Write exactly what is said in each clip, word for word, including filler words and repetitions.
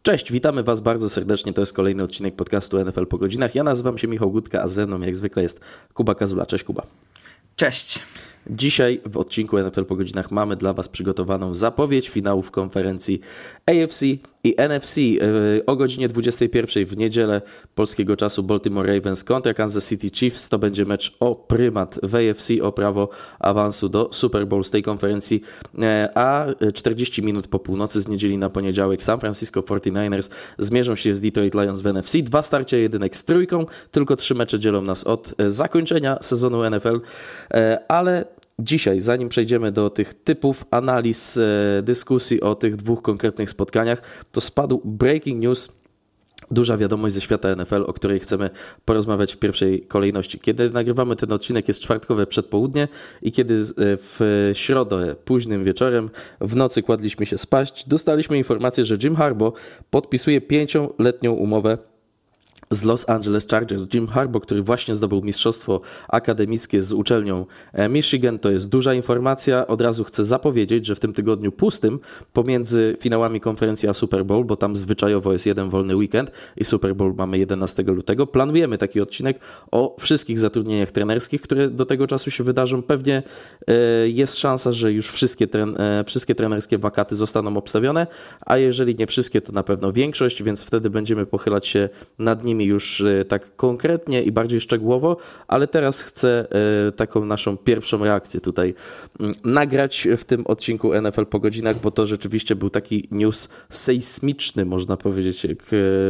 Cześć, witamy Was bardzo serdecznie. To jest kolejny odcinek podcastu N F L po godzinach. Ja nazywam się Michał Gutka, a ze mną jak zwykle jest Kuba Kazula. Cześć Kuba. Cześć. Dzisiaj w odcinku N F L po godzinach mamy dla Was przygotowaną zapowiedź finałów konferencji A F C i N F C. O godzinie dwudziestej pierwszej w niedzielę polskiego czasu Baltimore Ravens kontra Kansas City Chiefs. To będzie mecz o prymat w A F C, o prawo awansu do Super Bowl z tej konferencji, a czterdzieści minut po północy z niedzieli na poniedziałek San Francisco forty-niners zmierzą się z Detroit Lions w N F C. Dwa starcia jedynek z trójką, tylko trzy mecze dzielą nas od zakończenia sezonu N F L, ale dzisiaj, zanim przejdziemy do tych typów analiz, dyskusji o tych dwóch konkretnych spotkaniach, to spadł breaking news, duża wiadomość ze świata N F L, o której chcemy porozmawiać w pierwszej kolejności. Kiedy nagrywamy ten odcinek, jest czwartkowe przedpołudnie i kiedy w środę późnym wieczorem w nocy kładliśmy się spać, dostaliśmy informację, że Jim Harbaugh podpisuje pięcioletnią umowę z Los Angeles Chargers. Jim Harbaugh, który właśnie zdobył mistrzostwo akademickie z uczelnią Michigan, to jest duża informacja. Od razu chcę zapowiedzieć, że w tym tygodniu pustym pomiędzy finałami konferencji a Super Bowl, bo tam zwyczajowo jest jeden wolny weekend i Super Bowl mamy jedenastego lutego, planujemy taki odcinek o wszystkich zatrudnieniach trenerskich, które do tego czasu się wydarzą. Pewnie jest szansa, że już wszystkie, tren, wszystkie trenerskie wakaty zostaną obstawione, a jeżeli nie wszystkie, to na pewno większość, więc wtedy będziemy pochylać się nad nimi już tak konkretnie i bardziej szczegółowo, ale teraz chcę taką naszą pierwszą reakcję tutaj nagrać w tym odcinku N F L po godzinach, bo to rzeczywiście był taki news sejsmiczny, można powiedzieć, jak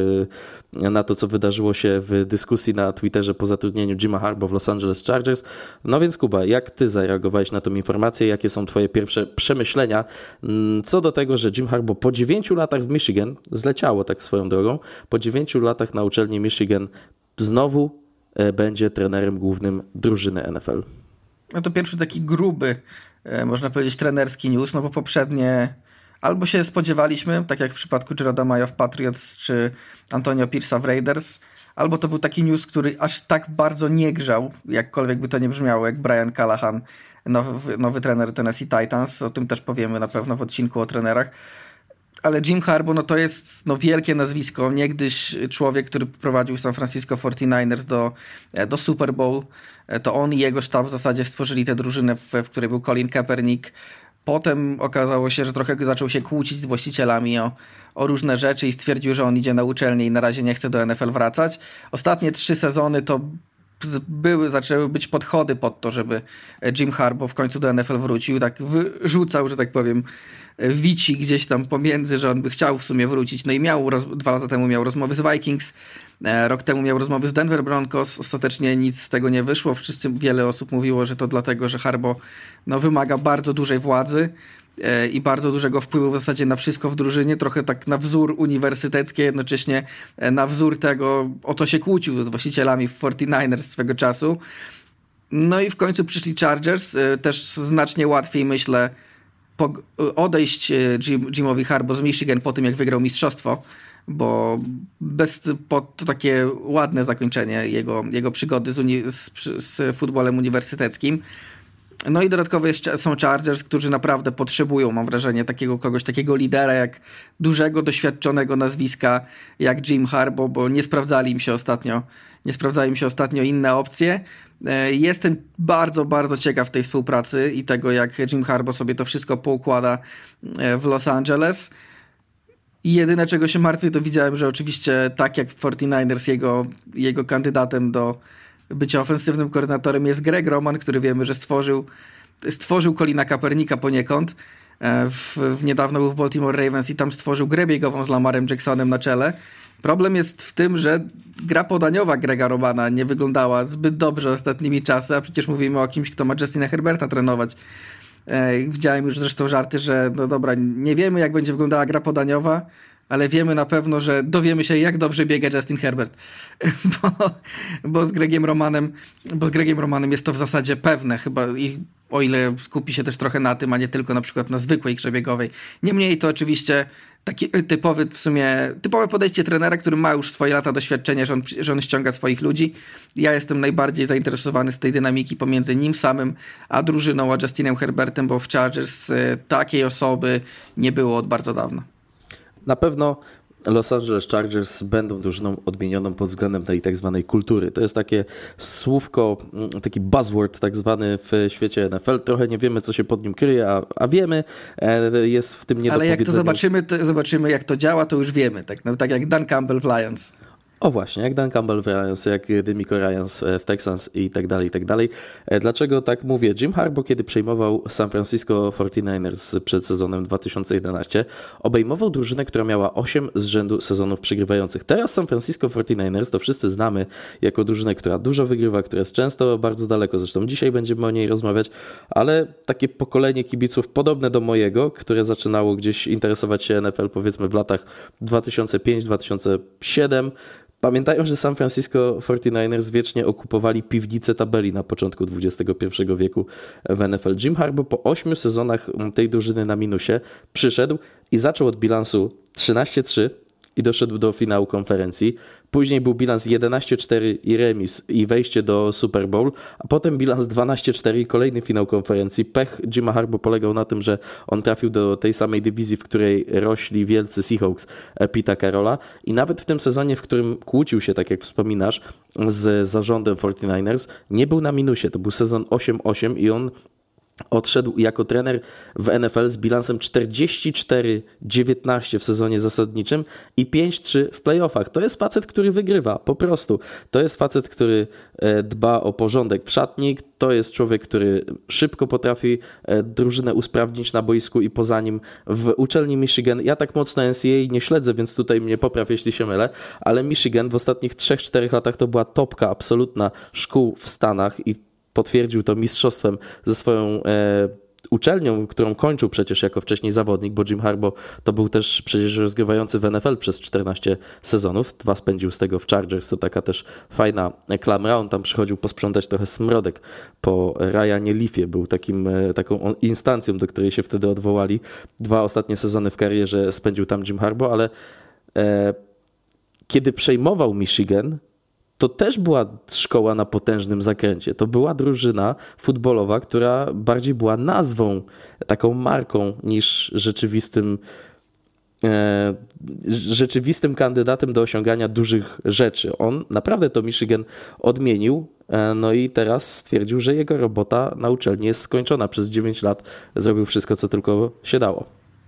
na to, co wydarzyło się w dyskusji na Twitterze po zatrudnieniu Jima Harbaugh w Los Angeles Chargers. No więc Kuba, jak ty zareagowałeś na tą informację? Jakie są twoje pierwsze przemyślenia co do tego, że Jim Harbaugh po dziewięciu latach w Michigan, zleciało tak swoją drogą, po dziewięciu latach na uczelni Michigan znowu będzie trenerem głównym drużyny N F L? No to pierwszy taki gruby, można powiedzieć, trenerski news, no bo poprzednie albo się spodziewaliśmy, tak jak w przypadku Jeroda Mayo w Patriots czy Antonio Pierce'a w Raiders, albo to był taki news, który aż tak bardzo nie grzał, jakkolwiek by to nie brzmiało, jak Brian Callahan, nowy, nowy trener Tennessee Titans. O tym też powiemy na pewno w odcinku o trenerach. Ale Jim Harbaugh, no to jest no, wielkie nazwisko. Niegdyś człowiek, który prowadził San Francisco forty-niners do, do Super Bowl. To on i jego sztab w zasadzie stworzyli tę drużynę, w, w której był Colin Kaepernick. Potem okazało się, że trochę zaczął się kłócić z właścicielami o, o różne rzeczy i stwierdził, że on idzie na uczelnię i na razie nie chce do N F L wracać. Ostatnie trzy sezony to były, zaczęły być podchody pod to, żeby Jim Harbaugh w końcu do N F L wrócił. Tak wyrzucał, że tak powiem, wici gdzieś tam pomiędzy, że on by chciał w sumie wrócić. No i miał, roz, dwa lata temu miał rozmowy z Vikings, e, rok temu miał rozmowy z Denver Broncos. Ostatecznie nic z tego nie wyszło. Wszyscy, wiele osób mówiło, że to dlatego, że Harbaugh no, wymaga bardzo dużej władzy e, i bardzo dużego wpływu w zasadzie na wszystko w drużynie. Trochę tak na wzór uniwersytecki, jednocześnie e, na wzór tego, o to się kłócił z właścicielami w forty-niners swego czasu. No i w końcu przyszli Chargers. E, też znacznie łatwiej, myślę, odejść Jim, Jimowi Harbaugh z Michigan po tym, jak wygrał mistrzostwo, bo bez, po, to takie ładne zakończenie jego, jego przygody z, uni, z, z futbolem uniwersyteckim. No i dodatkowo jeszcze są Chargers, którzy naprawdę potrzebują, mam wrażenie, takiego kogoś, takiego lidera, jak dużego, doświadczonego nazwiska, jak Jim Harbaugh, bo nie sprawdzali im się ostatnio, nie sprawdzały im się ostatnio inne opcje. Jestem bardzo, bardzo ciekaw tej współpracy i tego, jak Jim Harbaugh sobie to wszystko poukłada w Los Angeles. I jedyne, czego się martwię, to widziałem, że oczywiście tak jak w forty-niners jego, jego kandydatem do bycia ofensywnym koordynatorem jest Greg Roman, który wiemy, że stworzył, stworzył Colina Kaepernicka poniekąd. W, w niedawno był w Baltimore Ravens i tam stworzył grę biegową z Lamarem Jacksonem na czele. Problem jest w tym, że gra podaniowa Grega Romana nie wyglądała zbyt dobrze ostatnimi czasy, a przecież mówimy o kimś, kto ma Justina Herberta trenować. E, widziałem już zresztą żarty, że no dobra, nie wiemy, jak będzie wyglądała gra podaniowa, ale wiemy na pewno, że dowiemy się, jak dobrze biega Justin Herbert. bo, bo z Gregiem Romanem, bo z Gregiem Romanem jest to w zasadzie pewne chyba, i o ile skupi się też trochę na tym, a nie tylko na przykład na zwykłej grze biegowej. Niemniej to oczywiście taki typowy w sumie, typowe podejście trenera, który ma już swoje lata doświadczenia, że on, że on ściąga swoich ludzi. Ja jestem najbardziej zainteresowany z tej dynamiki pomiędzy nim samym, a drużyną, a Justinem Herbertem, bo w Chargers takiej osoby nie było od bardzo dawna. Na pewno Los Angeles Chargers będą drużyną odmienioną pod względem tej tak zwanej kultury. To jest takie słówko, taki buzzword tak zwany w świecie N F L. Trochę nie wiemy, co się pod nim kryje, a, a wiemy, jest w tym nie do Ale jak to powiedzenia. zobaczymy, to zobaczymy, jak to działa, to już wiemy. Tak, no, tak jak Dan Campbell w Lions. O właśnie, jak Dan Campbell w Lions, jak DeMeco Ryans w Texans i tak dalej, i tak dalej. Dlaczego tak mówię? Jim Harbaugh, kiedy przejmował San Francisco forty-niners przed sezonem dwa tysiące jedenastym, obejmował drużynę, która miała osiem z rzędu sezonów przegrywających. Teraz San Francisco forty-niners to wszyscy znamy jako drużynę, która dużo wygrywa, która jest często bardzo daleko. Zresztą dzisiaj będziemy o niej rozmawiać, ale takie pokolenie kibiców podobne do mojego, które zaczynało gdzieś interesować się N F L powiedzmy w latach dwa tysiące piąty dwa tysiące siódmy, pamiętają, że San Francisco forty-niners wiecznie okupowali piwnice tabeli na początku dwudziestego pierwszego wieku w N F L. Jim Harbaugh po ośmiu sezonach tej drużyny na minusie przyszedł i zaczął od bilansu trzynaście trzy i doszedł do finału konferencji. Później był bilans jedenaście cztery i remis i wejście do Super Bowl, a potem bilans dwanaście cztery i kolejny finał konferencji. Pech Jima Harbaugh polegał na tym, że on trafił do tej samej dywizji, w której rośli wielcy Seahawks Pita Carrolla i nawet w tym sezonie, w którym kłócił się, tak jak wspominasz, z zarządem forty-niners, nie był na minusie. To był sezon osiem osiem i on odszedł jako trener w N F L z bilansem czterdzieści cztery dziewiętnaście w sezonie zasadniczym i pięć trzy w playoffach. To jest facet, który wygrywa, po prostu. To jest facet, który dba o porządek w szatni. To jest człowiek, który szybko potrafi drużynę usprawnić na boisku i poza nim w uczelni Michigan. Ja tak mocno N C A A nie śledzę, więc tutaj mnie popraw, jeśli się mylę, ale Michigan w ostatnich trzech czterech latach to była topka absolutna szkół w Stanach i potwierdził to mistrzostwem ze swoją e, uczelnią, którą kończył przecież jako wcześniej zawodnik, bo Jim Harbaugh to był też przecież rozgrywający w N F L przez czternaście sezonów. Dwa spędził z tego w Chargers, to taka też fajna klamra. On tam przychodził posprzątać trochę smrodek po Ryanie Leafie. Był takim, taką instancją, do której się wtedy odwołali. Dwa ostatnie sezony w karierze spędził tam Jim Harbaugh, ale e, kiedy przejmował Michigan, to też była szkoła na potężnym zakręcie. To była drużyna futbolowa, która bardziej była nazwą, taką marką niż rzeczywistym, e, rzeczywistym kandydatem do osiągania dużych rzeczy. On naprawdę to Michigan odmienił, e, no i teraz stwierdził, że jego robota na uczelni jest skończona. Przez dziewięć lat zrobił wszystko, co tylko się dało.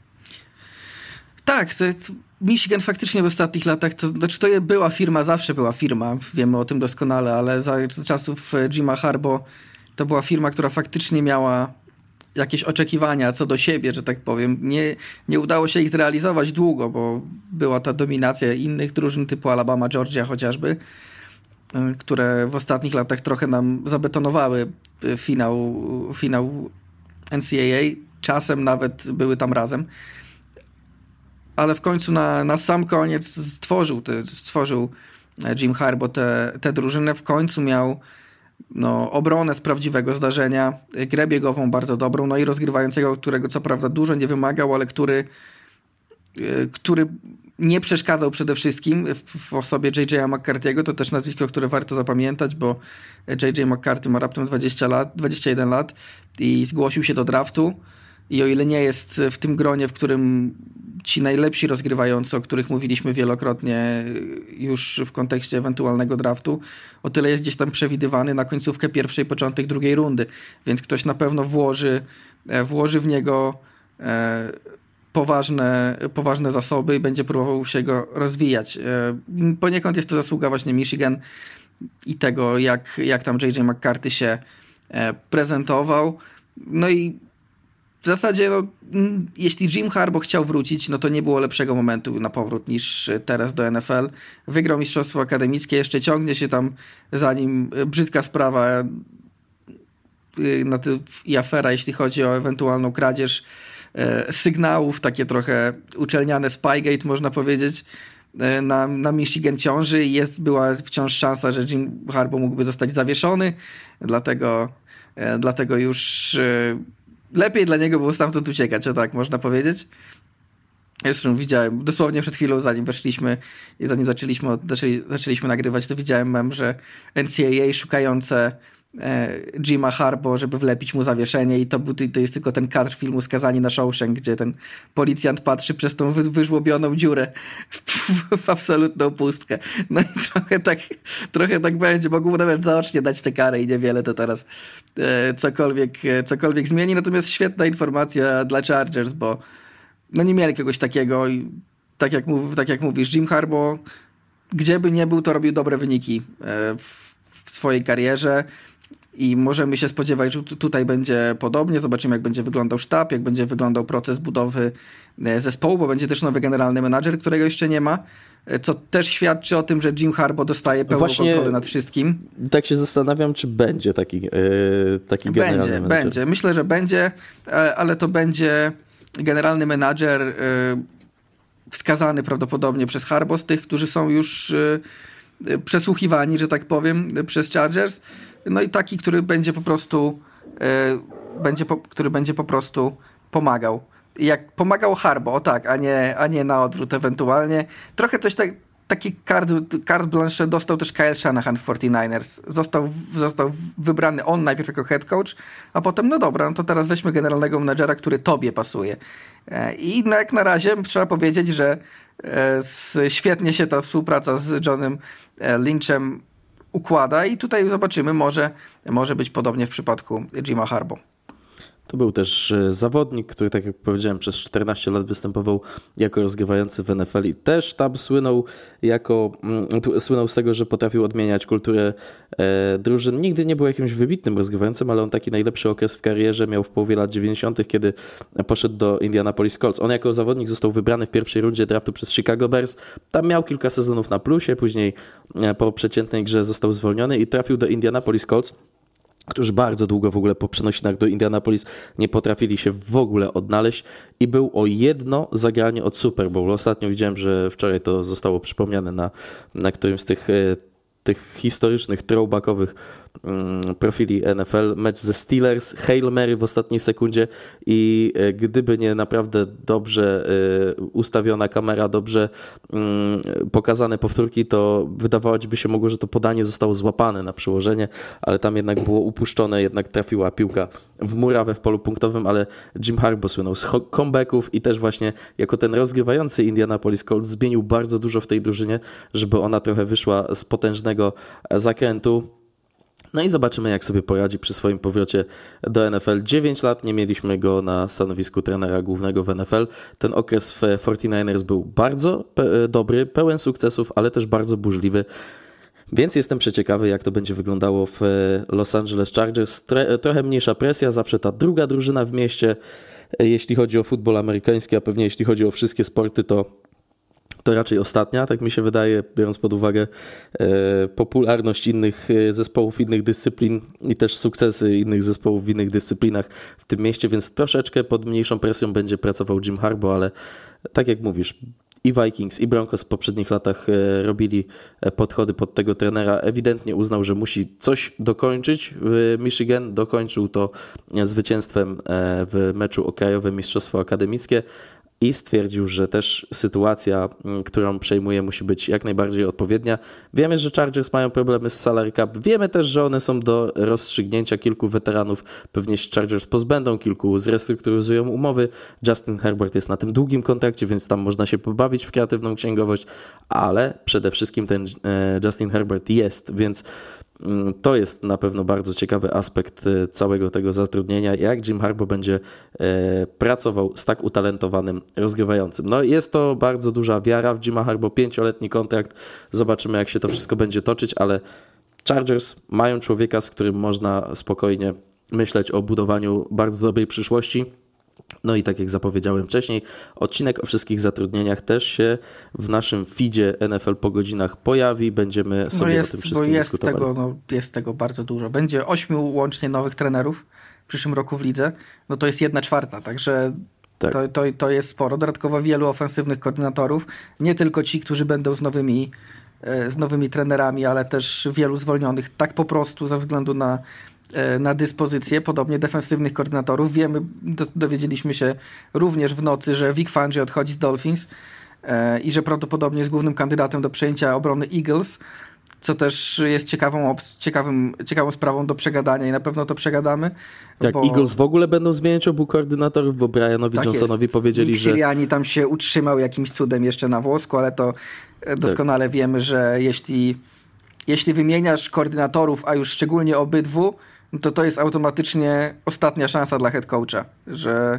Tak, to Michigan faktycznie w ostatnich latach, to znaczy to była firma, zawsze była firma, wiemy o tym doskonale, ale za czasów Jima Harbaugh to była firma, która faktycznie miała jakieś oczekiwania co do siebie, że tak powiem. Nie, nie udało się ich zrealizować długo, bo była ta dominacja innych drużyn typu Alabama, Georgia chociażby, które w ostatnich latach trochę nam zabetonowały finał, finał N C A A, czasem nawet były tam razem. Ale w końcu na, na sam koniec stworzył, te, stworzył Jim Harbaugh tę te, te drużynę. W końcu miał no, obronę z prawdziwego zdarzenia, grę biegową bardzo dobrą, no i rozgrywającego, którego co prawda dużo nie wymagał, ale który, który nie przeszkadzał przede wszystkim w, w osobie J J McCarthy'ego. To też nazwisko, które warto zapamiętać, bo J J McCarthy ma raptem dwadzieścia lat, dwadzieścia jeden lat i zgłosił się do draftu. I o ile nie jest w tym gronie, w którym ci najlepsi rozgrywający, o których mówiliśmy wielokrotnie już w kontekście ewentualnego draftu, o tyle jest gdzieś tam przewidywany na końcówkę pierwszej, początek drugiej rundy. Więc ktoś na pewno włoży, włoży w niego poważne, poważne zasoby i będzie próbował się go rozwijać. Poniekąd jest to zasługa właśnie Michigan i tego, jak, jak tam J J McCarthy się prezentował. No i w zasadzie, no, jeśli Jim Harbaugh chciał wrócić, no to nie było lepszego momentu na powrót niż teraz do N F L. Wygrał mistrzostwo akademickie, jeszcze ciągnie się tam za nim brzydka sprawa na ty, i afera, jeśli chodzi o ewentualną kradzież e, sygnałów, takie trochę uczelniane Spygate, można powiedzieć, e, na, na Michigan ciąży i jest, była wciąż szansa, że Jim Harbaugh mógłby zostać zawieszony, dlatego, e, dlatego już e, lepiej dla niego było stamtąd uciekać, o tak można powiedzieć. Zresztą widziałem, dosłownie przed chwilą, zanim weszliśmy i zanim zaczęliśmy, zaczęli, zaczęliśmy nagrywać, to widziałem mem, że N C A A szukające Jima Harbaugh, żeby wlepić mu zawieszenie i to, był, to jest tylko ten kadr filmu Skazani na Shawshank, gdzie ten policjant patrzy przez tą wy, wyżłobioną dziurę w, w, w absolutną pustkę. No i trochę tak, trochę tak będzie. Mogą mu nawet zaocznie dać tę karę i niewiele to teraz e, cokolwiek, e, cokolwiek zmieni. Natomiast świetna informacja dla Chargers, bo no nie mieli kogoś takiego i tak jak, mów, tak jak mówisz, Jim Harbaugh gdzie by nie był, to robił dobre wyniki e, w, w swojej karierze. I możemy się spodziewać, że tutaj będzie podobnie. Zobaczymy, jak będzie wyglądał sztab, jak będzie wyglądał proces budowy zespołu, bo będzie też nowy generalny menadżer, którego jeszcze nie ma, co też świadczy o tym, że Jim Harbaugh dostaje pełną Właśnie kontrolę nad wszystkim. Tak się zastanawiam, czy będzie taki, yy, taki generalny będzie, menadżer. Będzie, myślę, że będzie, ale to będzie generalny menadżer yy, wskazany prawdopodobnie przez Harbaugh z tych, którzy są już yy, przesłuchiwani, że tak powiem, przez Chargers. No i taki, który będzie po prostu yy, będzie po, który będzie po prostu pomagał. Jak pomagał Harbaugh, o tak, a nie, a nie na odwrót ewentualnie. Trochę coś tak, taki carte, carte blanche dostał też Kyle Shanahan w forty-niners. Został, został wybrany on najpierw jako head coach, a potem no dobra, no to teraz weźmy generalnego menadżera, który tobie pasuje. I no jak na razie trzeba powiedzieć, że świetnie się ta współpraca z Johnem Lynchem układa i tutaj zobaczymy, może, może być podobnie w przypadku Jima Harbaugh. To był też zawodnik, który, tak jak powiedziałem, przez czternaście lat występował jako rozgrywający w N F L i też tam słynął jako, słynął z tego, że potrafił odmieniać kulturę e, drużyn. Nigdy nie był jakimś wybitnym rozgrywającym, ale on taki najlepszy okres w karierze miał w połowie lat dziewięćdziesiątych, kiedy poszedł do Indianapolis Colts. On jako zawodnik został wybrany w pierwszej rundzie draftu przez Chicago Bears. Tam miał kilka sezonów na plusie, później po przeciętnej grze został zwolniony i trafił do Indianapolis Colts, którzy bardzo długo w ogóle po przenosinach do Indianapolis nie potrafili się w ogóle odnaleźć i był o jedno zagranie od Super Bowl. Ostatnio widziałem, że wczoraj to zostało przypomniane na, na którymś z tych, tych historycznych, throwbackowych profili N F L, mecz ze Steelers, Hail Mary w ostatniej sekundzie i gdyby nie naprawdę dobrze ustawiona kamera, dobrze pokazane powtórki, to wydawałoby się mogło, że to podanie zostało złapane na przyłożenie, ale tam jednak było upuszczone, jednak trafiła piłka w murawę w polu punktowym, ale Jim Harbaugh słynął z comebacków i też właśnie jako ten rozgrywający Indianapolis Colts zmienił bardzo dużo w tej drużynie, żeby ona trochę wyszła z potężnego zakrętu. No i zobaczymy, jak sobie poradzi przy swoim powrocie do N F L. dziewięć lat nie mieliśmy go na stanowisku trenera głównego w N F L. Ten okres w forty-niners był bardzo pe- dobry, pełen sukcesów, ale też bardzo burzliwy. Więc jestem przeciekawy, jak to będzie wyglądało w Los Angeles Chargers. Tre- trochę mniejsza presja, zawsze ta druga drużyna w mieście. Jeśli chodzi o futbol amerykański, a pewnie jeśli chodzi o wszystkie sporty, to to raczej ostatnia, tak mi się wydaje, biorąc pod uwagę e, popularność innych zespołów, innych dyscyplin i też sukcesy innych zespołów w innych dyscyplinach w tym mieście, więc troszeczkę pod mniejszą presją będzie pracował Jim Harbaugh, ale tak jak mówisz, i Vikings, i Broncos w poprzednich latach e, robili podchody pod tego trenera. Ewidentnie uznał, że musi coś dokończyć w Michigan. Dokończył to zwycięstwem e, w meczu o krajowe mistrzostwo akademickie. I stwierdził, że też sytuacja, którą przejmuje, musi być jak najbardziej odpowiednia. Wiemy, że Chargers mają problemy z salary cap. Wiemy też, że one są do rozstrzygnięcia. Kilku weteranów pewnie się Chargers pozbędą, kilku zrestrukturyzują umowy. Justin Herbert jest na tym długim kontrakcie, więc tam można się pobawić w kreatywną księgowość, ale przede wszystkim ten Justin Herbert jest, więc to jest na pewno bardzo ciekawy aspekt całego tego zatrudnienia, jak Jim Harbaugh będzie e, pracował z tak utalentowanym rozgrywającym. No jest to bardzo duża wiara w Jima Harbaugh, pięcioletni kontrakt, zobaczymy, jak się to wszystko będzie toczyć, ale Chargers mają człowieka, z którym można spokojnie myśleć o budowaniu bardzo dobrej przyszłości. No i tak jak zapowiedziałem wcześniej, odcinek o wszystkich zatrudnieniach też się w naszym feedzie N F L po godzinach pojawi. Będziemy sobie no jest, o tym wszystkim bo jest dyskutowali. Tego, no, jest tego bardzo dużo. Będzie ośmiu łącznie nowych trenerów w przyszłym roku w lidze. No to jest jedna czwarta, także tak. to, to, to jest sporo. Dodatkowo wielu ofensywnych koordynatorów. Nie tylko ci, którzy będą z nowymi, z nowymi trenerami, ale też wielu zwolnionych tak po prostu ze względu na na dyspozycję, podobnie defensywnych koordynatorów. Wiemy, do, dowiedzieliśmy się również w nocy, że Vic Fangio odchodzi z Dolphins e, i że prawdopodobnie jest głównym kandydatem do przejęcia obrony Eagles. co też jest ciekawą, ciekawym, ciekawą sprawą do przegadania i na pewno to przegadamy. Tak, bo... Eagles w ogóle będą zmieniać obu koordynatorów, bo Brianowi tak Johnsonowi jest. powiedzieli, Nick że... Sirianni tam się utrzymał jakimś cudem jeszcze na włosku, ale to doskonale tak. wiemy, że jeśli, jeśli wymieniasz koordynatorów, a już szczególnie obydwu, to to jest automatycznie ostatnia szansa dla head coacha, że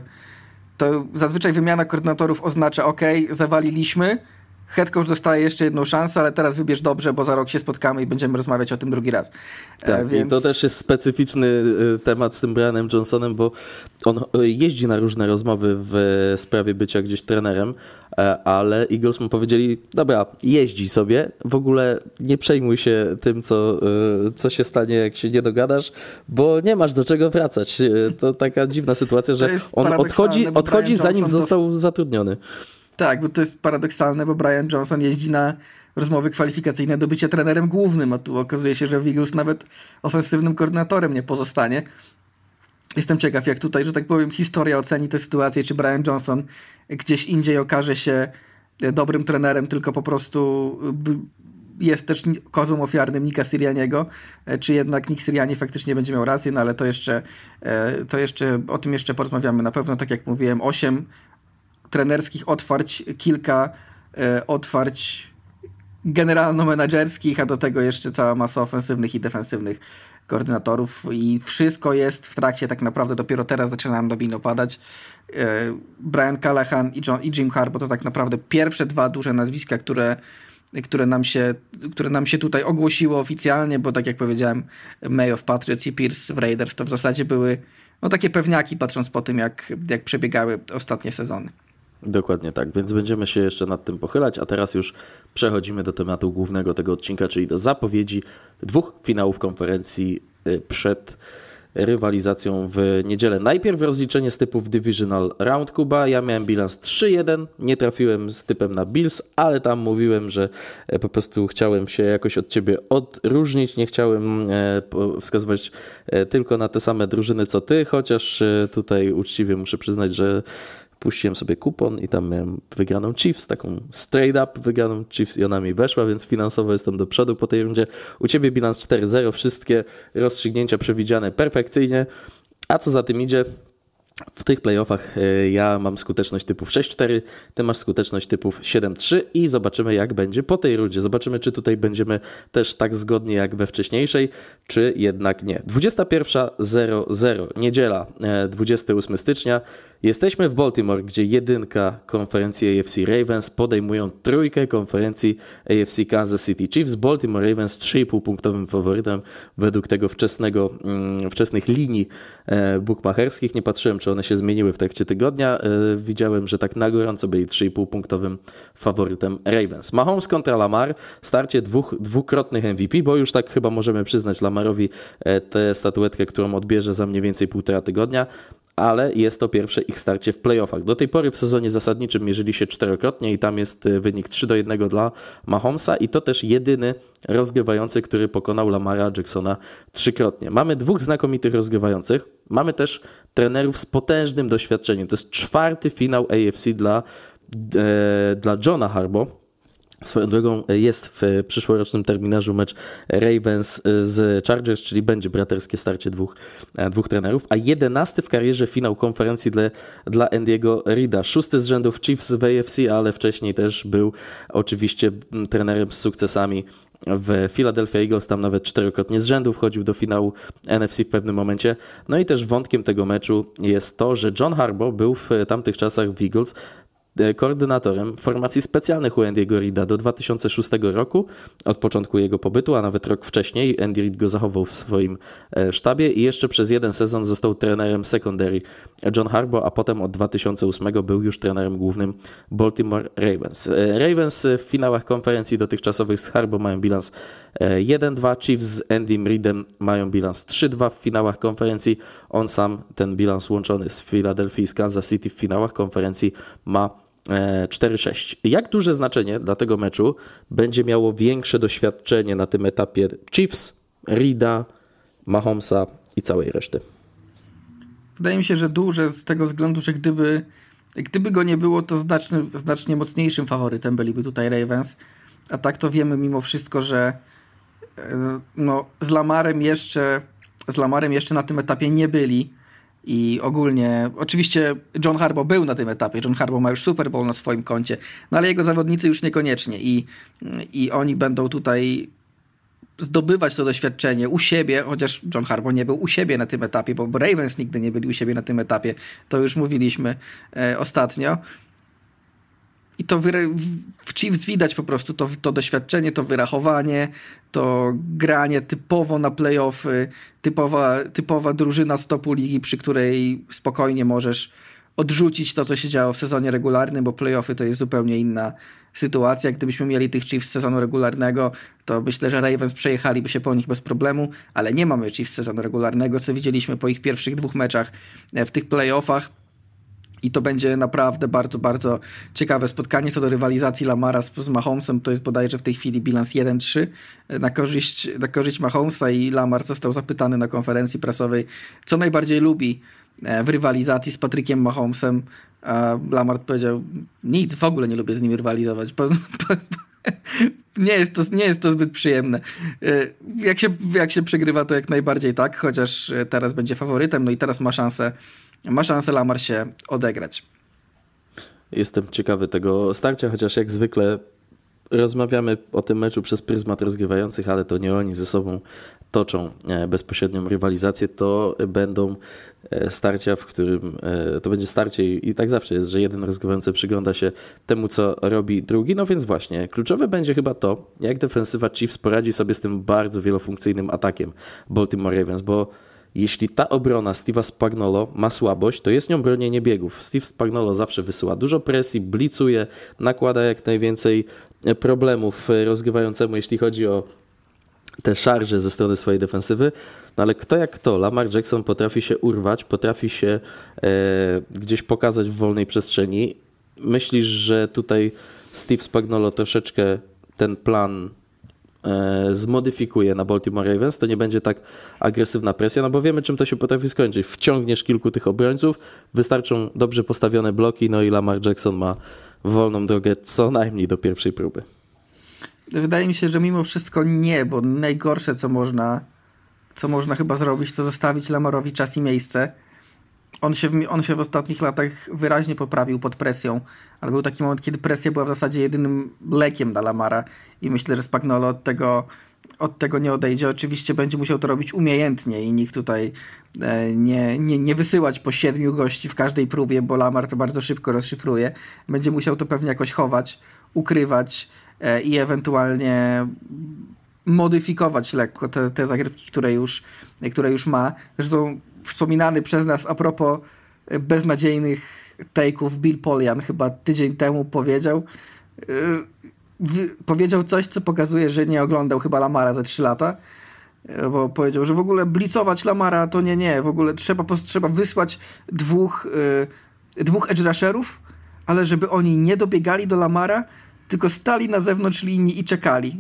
to zazwyczaj wymiana koordynatorów oznacza ok, zawaliliśmy, head coach dostaje jeszcze jedną szansę, ale teraz wybierz dobrze, bo za rok się spotkamy i będziemy rozmawiać o tym drugi raz. Tak, e, więc... i to też jest specyficzny temat z tym Brianem Johnsonem, bo on jeździ na różne rozmowy w sprawie bycia gdzieś trenerem, ale Eagles mu powiedzieli, dobra, jeździ sobie, w ogóle nie przejmuj się tym, co, co się stanie, jak się nie dogadasz, bo nie masz do czego wracać. To taka dziwna sytuacja, że on odchodzi, odchodzi zanim został dos... zatrudniony. Tak, bo to jest paradoksalne, bo Brian Johnson jeździ na rozmowy kwalifikacyjne do bycia trenerem głównym, a tu okazuje się, że w Eagles nawet ofensywnym koordynatorem nie pozostanie. Jestem ciekaw, jak tutaj, że tak powiem, historia oceni tę sytuację, czy Brian Johnson gdzieś indziej okaże się dobrym trenerem, tylko po prostu jest też kozłem ofiarnym Nicka Sirianniego, czy jednak Nick Sirianni faktycznie będzie miał rację, no ale to jeszcze, to jeszcze o tym jeszcze porozmawiamy. Na pewno, tak jak mówiłem, osiem trenerskich otwarć, kilka e, otwarć generalno-menadżerskich, a do tego jeszcze cała masa ofensywnych i defensywnych koordynatorów i wszystko jest w trakcie, tak naprawdę dopiero teraz zaczyna nam domino padać. E, Brian Callahan i, John, i Jim Harbaugh to tak naprawdę pierwsze dwa duże nazwiska, które, które, nam się, które nam się tutaj ogłosiło oficjalnie, bo tak jak powiedziałem, Mayo w Patriots i Pierce w Raiders to w zasadzie były no, takie pewniaki, patrząc po tym, jak, jak przebiegały ostatnie sezony. Dokładnie tak, więc będziemy się jeszcze nad tym pochylać, a teraz już przechodzimy do tematu głównego tego odcinka, czyli do zapowiedzi dwóch finałów konferencji przed rywalizacją w niedzielę. Najpierw rozliczenie z typów Divisional Round, Kuba. Ja miałem bilans trzy jeden, nie trafiłem z typem na Bills, ale tam mówiłem, że po prostu chciałem się jakoś od ciebie odróżnić, nie chciałem wskazywać tylko na te same drużyny co ty, chociaż tutaj uczciwie muszę przyznać, że puściłem sobie kupon i tam miałem wygraną Chiefs, taką straight up wygraną Chiefs i ona mi weszła, więc finansowo jestem do przodu po tej rundzie. U ciebie bilans cztery zero, wszystkie rozstrzygnięcia przewidziane perfekcyjnie, a co za tym idzie, w tych playoffach ja mam skuteczność typów sześć cztery, ty masz skuteczność typów siedem trzy i zobaczymy, jak będzie po tej rundzie. Zobaczymy, czy tutaj będziemy też tak zgodnie jak we wcześniejszej, czy jednak nie. dwudziesta pierwsza zero zero, niedziela, dwudziestego ósmego stycznia. Jesteśmy w Baltimore, gdzie jedynka konferencji A F C Ravens podejmują trójkę konferencji A F C Kansas City Chiefs. Baltimore Ravens trzy i pół punktowym faworytem według tego wczesnego, mm, wczesnych linii e, bookmacherskich. Nie patrzyłem, czy one się zmieniły w trakcie tygodnia. E, widziałem, że tak na gorąco byli trzy i pół punktowym faworytem Ravens. Mahomes kontra Lamar, starcie dwóch, dwukrotnych M V P, bo już tak chyba możemy przyznać Lamarowi e, tę statuetkę, którą odbierze za mniej więcej półtora tygodnia, ale jest to pierwsze ich starcie w playoffach. Do tej pory w sezonie zasadniczym mierzyli się czterokrotnie i tam jest wynik trzy do jednego dla Mahomesa i to też jedyny rozgrywający, który pokonał Lamara Jacksona trzykrotnie. Mamy dwóch znakomitych rozgrywających, mamy też trenerów z potężnym doświadczeniem. To jest czwarty finał A F C dla, e, dla Johna Harbaugh. Swoją drogą jest w przyszłorocznym terminarzu mecz Ravens z Chargers, czyli będzie braterskie starcie dwóch, dwóch trenerów, a jedenasty w karierze finał konferencji dla, dla Andy'ego Reida. Szósty z rzędu w Chiefs w A F C, ale wcześniej też był oczywiście trenerem z sukcesami w Philadelphia Eagles, tam nawet czterokrotnie z rzędu wchodził do finału N F C w pewnym momencie. No i też wątkiem tego meczu jest to, że John Harbaugh był w tamtych czasach w Eagles koordynatorem formacji specjalnych u Andy'ego Reida do dwa tysiące szóstego roku, od początku jego pobytu, a nawet rok wcześniej. Andy Reid go zachował w swoim sztabie i jeszcze przez jeden sezon został trenerem secondary John Harbaugh, a potem od dwa tysiące ósmego był już trenerem głównym Baltimore Ravens. Ravens w finałach konferencji dotychczasowych z Harbaugh mają bilans jeden dwa, Chiefs z Andym Reidem mają bilans trzy dwa w finałach konferencji. On sam ten bilans łączony z Philadelphia i z Kansas City w finałach konferencji ma cztery sześć. Jak duże znaczenie dla tego meczu będzie miało większe doświadczenie na tym etapie Chiefs, Reida, Mahomesa i całej reszty? Wydaje mi się, że duże z tego względu, że gdyby, gdyby go nie było, to znacznie, znacznie mocniejszym faworytem byliby tutaj Ravens. A tak to wiemy mimo wszystko, że no, z Lamarem jeszcze z Lamarem jeszcze na tym etapie nie byli i ogólnie, oczywiście John Harbaugh był na tym etapie, John Harbaugh ma już Super Bowl na swoim koncie, no ale jego zawodnicy już niekoniecznie i, i oni będą tutaj zdobywać to doświadczenie u siebie, chociaż John Harbaugh nie był u siebie na tym etapie, bo Ravens nigdy nie byli u siebie na tym etapie, to już mówiliśmy e, ostatnio. I to w Chiefs widać po prostu to, to doświadczenie, to wyrachowanie, to granie typowo na playoffy, typowa, typowa drużyna z topu ligi, przy której spokojnie możesz odrzucić to, co się działo w sezonie regularnym, bo playoffy to jest zupełnie inna sytuacja. Gdybyśmy mieli tych Chiefs z sezonu regularnego, to myślę, że Ravens przejechaliby się po nich bez problemu, ale nie mamy Chiefs z sezonu regularnego, co widzieliśmy po ich pierwszych dwóch meczach w tych playoffach. I to będzie naprawdę bardzo, bardzo ciekawe spotkanie. Co do rywalizacji Lamara z, z Mahomesem, to jest bodajże w tej chwili bilans jeden trzy na korzyść, na korzyść Mahomesa i Lamar został zapytany na konferencji prasowej, co najbardziej lubi w rywalizacji z Patrickiem Mahomesem. A Lamar powiedział, nic, w ogóle nie lubię z nim rywalizować. Po, po, nie, jest to, nie jest to zbyt przyjemne. Jak się, jak się przegrywa, to jak najbardziej tak, chociaż teraz będzie faworytem, no i teraz ma szansę Ma szansę Lamar się odegrać. Jestem ciekawy tego starcia, chociaż jak zwykle rozmawiamy o tym meczu przez pryzmat rozgrywających, ale to nie oni ze sobą toczą bezpośrednią rywalizację, to będą starcia, w którym to będzie starcie i tak zawsze jest, że jeden rozgrywający przygląda się temu, co robi drugi. No więc właśnie, kluczowe będzie chyba to, jak defensywa Chiefs poradzi sobie z tym bardzo wielofunkcyjnym atakiem Baltimore Ravens, bo jeśli ta obrona Steve'a Spagnuolo ma słabość, to jest nią bronienie biegów. Steve Spagnuolo zawsze wysyła dużo presji, blicuje, nakłada jak najwięcej problemów rozgrywającemu, jeśli chodzi o te szarże ze strony swojej defensywy. No ale kto jak kto, Lamar Jackson potrafi się urwać, potrafi się e, gdzieś pokazać w wolnej przestrzeni. Myślisz, że tutaj Steve Spagnuolo troszeczkę ten plan zmodyfikuje na Baltimore Ravens, to nie będzie tak agresywna presja, no bo wiemy, czym to się potrafi skończyć. Wciągniesz kilku tych obrońców, wystarczą dobrze postawione bloki, no i Lamar Jackson ma wolną drogę co najmniej do pierwszej próby. Wydaje mi się, że mimo wszystko nie, bo najgorsze, co można co można chyba zrobić, to zostawić Lamarowi czas i miejsce. On się, w, on się w ostatnich latach wyraźnie poprawił pod presją, ale był taki moment, kiedy presja była w zasadzie jedynym lekiem dla Lamara i myślę, że Spagnuolo od tego, od tego nie odejdzie. Oczywiście będzie musiał to robić umiejętnie i nikt tutaj e, nie, nie, nie wysyłać po siedmiu gości w każdej próbie, bo Lamar to bardzo szybko rozszyfruje. Będzie musiał to pewnie jakoś chować, ukrywać e, i ewentualnie modyfikować lekko te, te zagrywki, które już, które już ma. Zresztą wspominany przez nas a propos beznadziejnych take'ów Bill Polian chyba tydzień temu powiedział yy, powiedział coś, co pokazuje, że nie oglądał chyba Lamara za trzy lata, yy, bo powiedział, że w ogóle blicować Lamara to nie, nie, w ogóle trzeba, trzeba wysłać dwóch yy, dwóch edge rusherów, ale żeby oni nie dobiegali do Lamara, tylko stali na zewnątrz linii i czekali.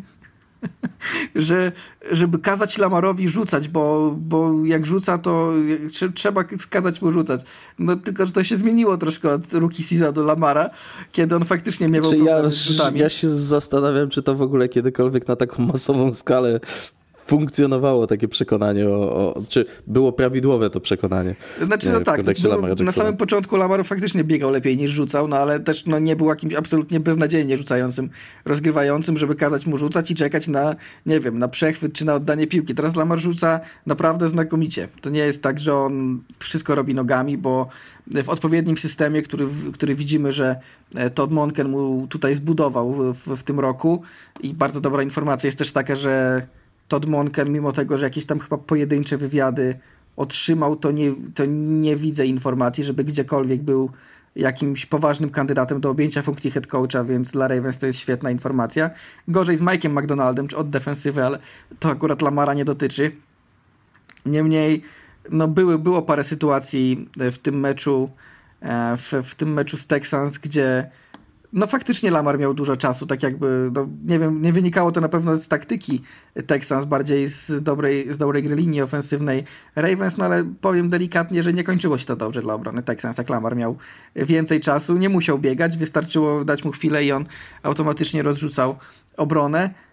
że, żeby kazać Lamarowi rzucać, bo, bo jak rzuca, to trzeba kazać mu rzucać. No tylko, że to się zmieniło troszkę od rookie season do Lamara, kiedy on faktycznie miewał czy problemy ja, z rzutami. Ja się zastanawiam, czy to w ogóle kiedykolwiek na taką masową skalę funkcjonowało takie przekonanie, o, o, czy było prawidłowe to przekonanie. Znaczy no tak, był, na samym początku Lamar faktycznie biegał lepiej niż rzucał, no ale też no, nie był jakimś absolutnie beznadziejnie rzucającym, rozgrywającym, żeby kazać mu rzucać i czekać na, nie wiem, na przechwyt czy na oddanie piłki. Teraz Lamar rzuca naprawdę znakomicie. To nie jest tak, że on wszystko robi nogami, bo w odpowiednim systemie, który, który widzimy, że Todd Monken mu tutaj zbudował w, w, w tym roku i bardzo dobra informacja jest też taka, że Todd Monken, mimo tego, że jakieś tam chyba pojedyncze wywiady otrzymał, to nie, to nie widzę informacji, żeby gdziekolwiek był jakimś poważnym kandydatem do objęcia funkcji head coacha, więc dla Ravens to jest świetna informacja. Gorzej z Mike'em McDonaldem, czy od defensywy, ale to akurat Lamara nie dotyczy. Niemniej no były, było parę sytuacji w tym meczu w, w tym meczu z Texans, gdzie no faktycznie Lamar miał dużo czasu, tak jakby, no, nie wiem, nie wynikało to na pewno z taktyki Texans, bardziej z dobrej, z dobrej gry linii ofensywnej Ravens, no ale powiem delikatnie, że nie kończyło się to dobrze dla obrony Texans, jak Lamar miał więcej czasu, nie musiał biegać, wystarczyło dać mu chwilę i on automatycznie rozrzucał obronę.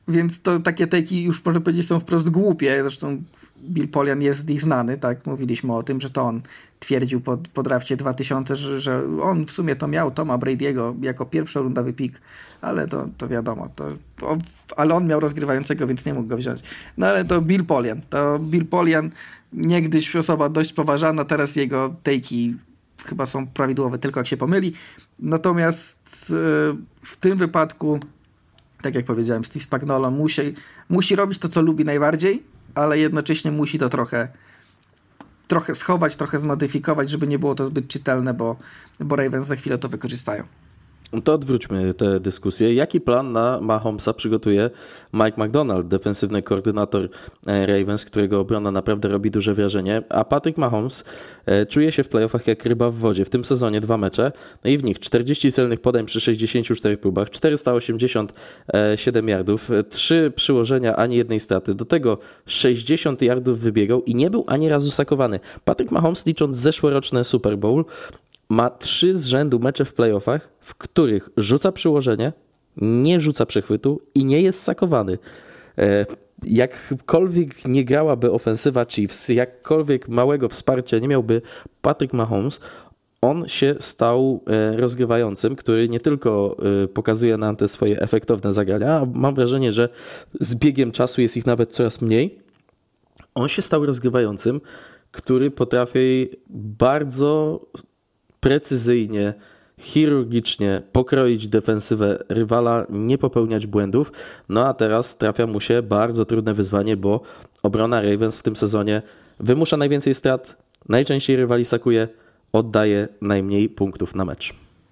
więc to takie teki już można powiedzieć są wprost głupie. Zresztą Bill Polian jest z nich znany, tak? Mówiliśmy o tym, że to on twierdził po, po drafcie dwa tysiące, że, że on w sumie to miał Toma Brady'ego jako pierwszorundowy pik, ale to, to wiadomo. To, o, ale on miał rozgrywającego, więc nie mógł go wziąć. No ale to Bill Polian. To Bill Polian, niegdyś osoba dość poważana, teraz jego teki chyba są prawidłowe, tylko jak się pomyli. Natomiast w tym wypadku, tak jak powiedziałem, Steve Spagnuolo musi, musi robić to, co lubi najbardziej, ale jednocześnie musi to trochę trochę schować, trochę zmodyfikować, żeby nie było to zbyt czytelne, bo, bo Ravens za chwilę to wykorzystają. To odwróćmy tę dyskusję. Jaki plan na Mahomesa przygotuje Mike McDonald, defensywny koordynator Ravens, którego obrona naprawdę robi duże wrażenie, a Patrick Mahomes czuje się w playoffach jak ryba w wodzie. W tym sezonie dwa mecze, no i w nich czterdzieści celnych podań przy sześćdziesięciu czterech próbach, czterysta osiemdziesiąt siedem yardów, trzy przyłożenia, ani jednej straty. Do tego sześćdziesiąt yardów wybiegał i nie był ani razu sakowany. Patrick Mahomes, licząc zeszłoroczny Super Bowl, ma trzy z rzędu mecze w playoffach, w których rzuca przyłożenie, nie rzuca przechwytu i nie jest sakowany. Jakkolwiek nie grałaby ofensywa Chiefs, jakkolwiek małego wsparcia nie miałby Patrick Mahomes, on się stał rozgrywającym, który nie tylko pokazuje nam te swoje efektowne zagrania, a mam wrażenie, że z biegiem czasu jest ich nawet coraz mniej. On się stał rozgrywającym, który potrafi bardzo precyzyjnie, chirurgicznie pokroić defensywę rywala, nie popełniać błędów. No a teraz trafia mu się bardzo trudne wyzwanie, bo obrona Ravens w tym sezonie wymusza najwięcej strat, najczęściej rywali sakuje, oddaje najmniej punktów na mecz.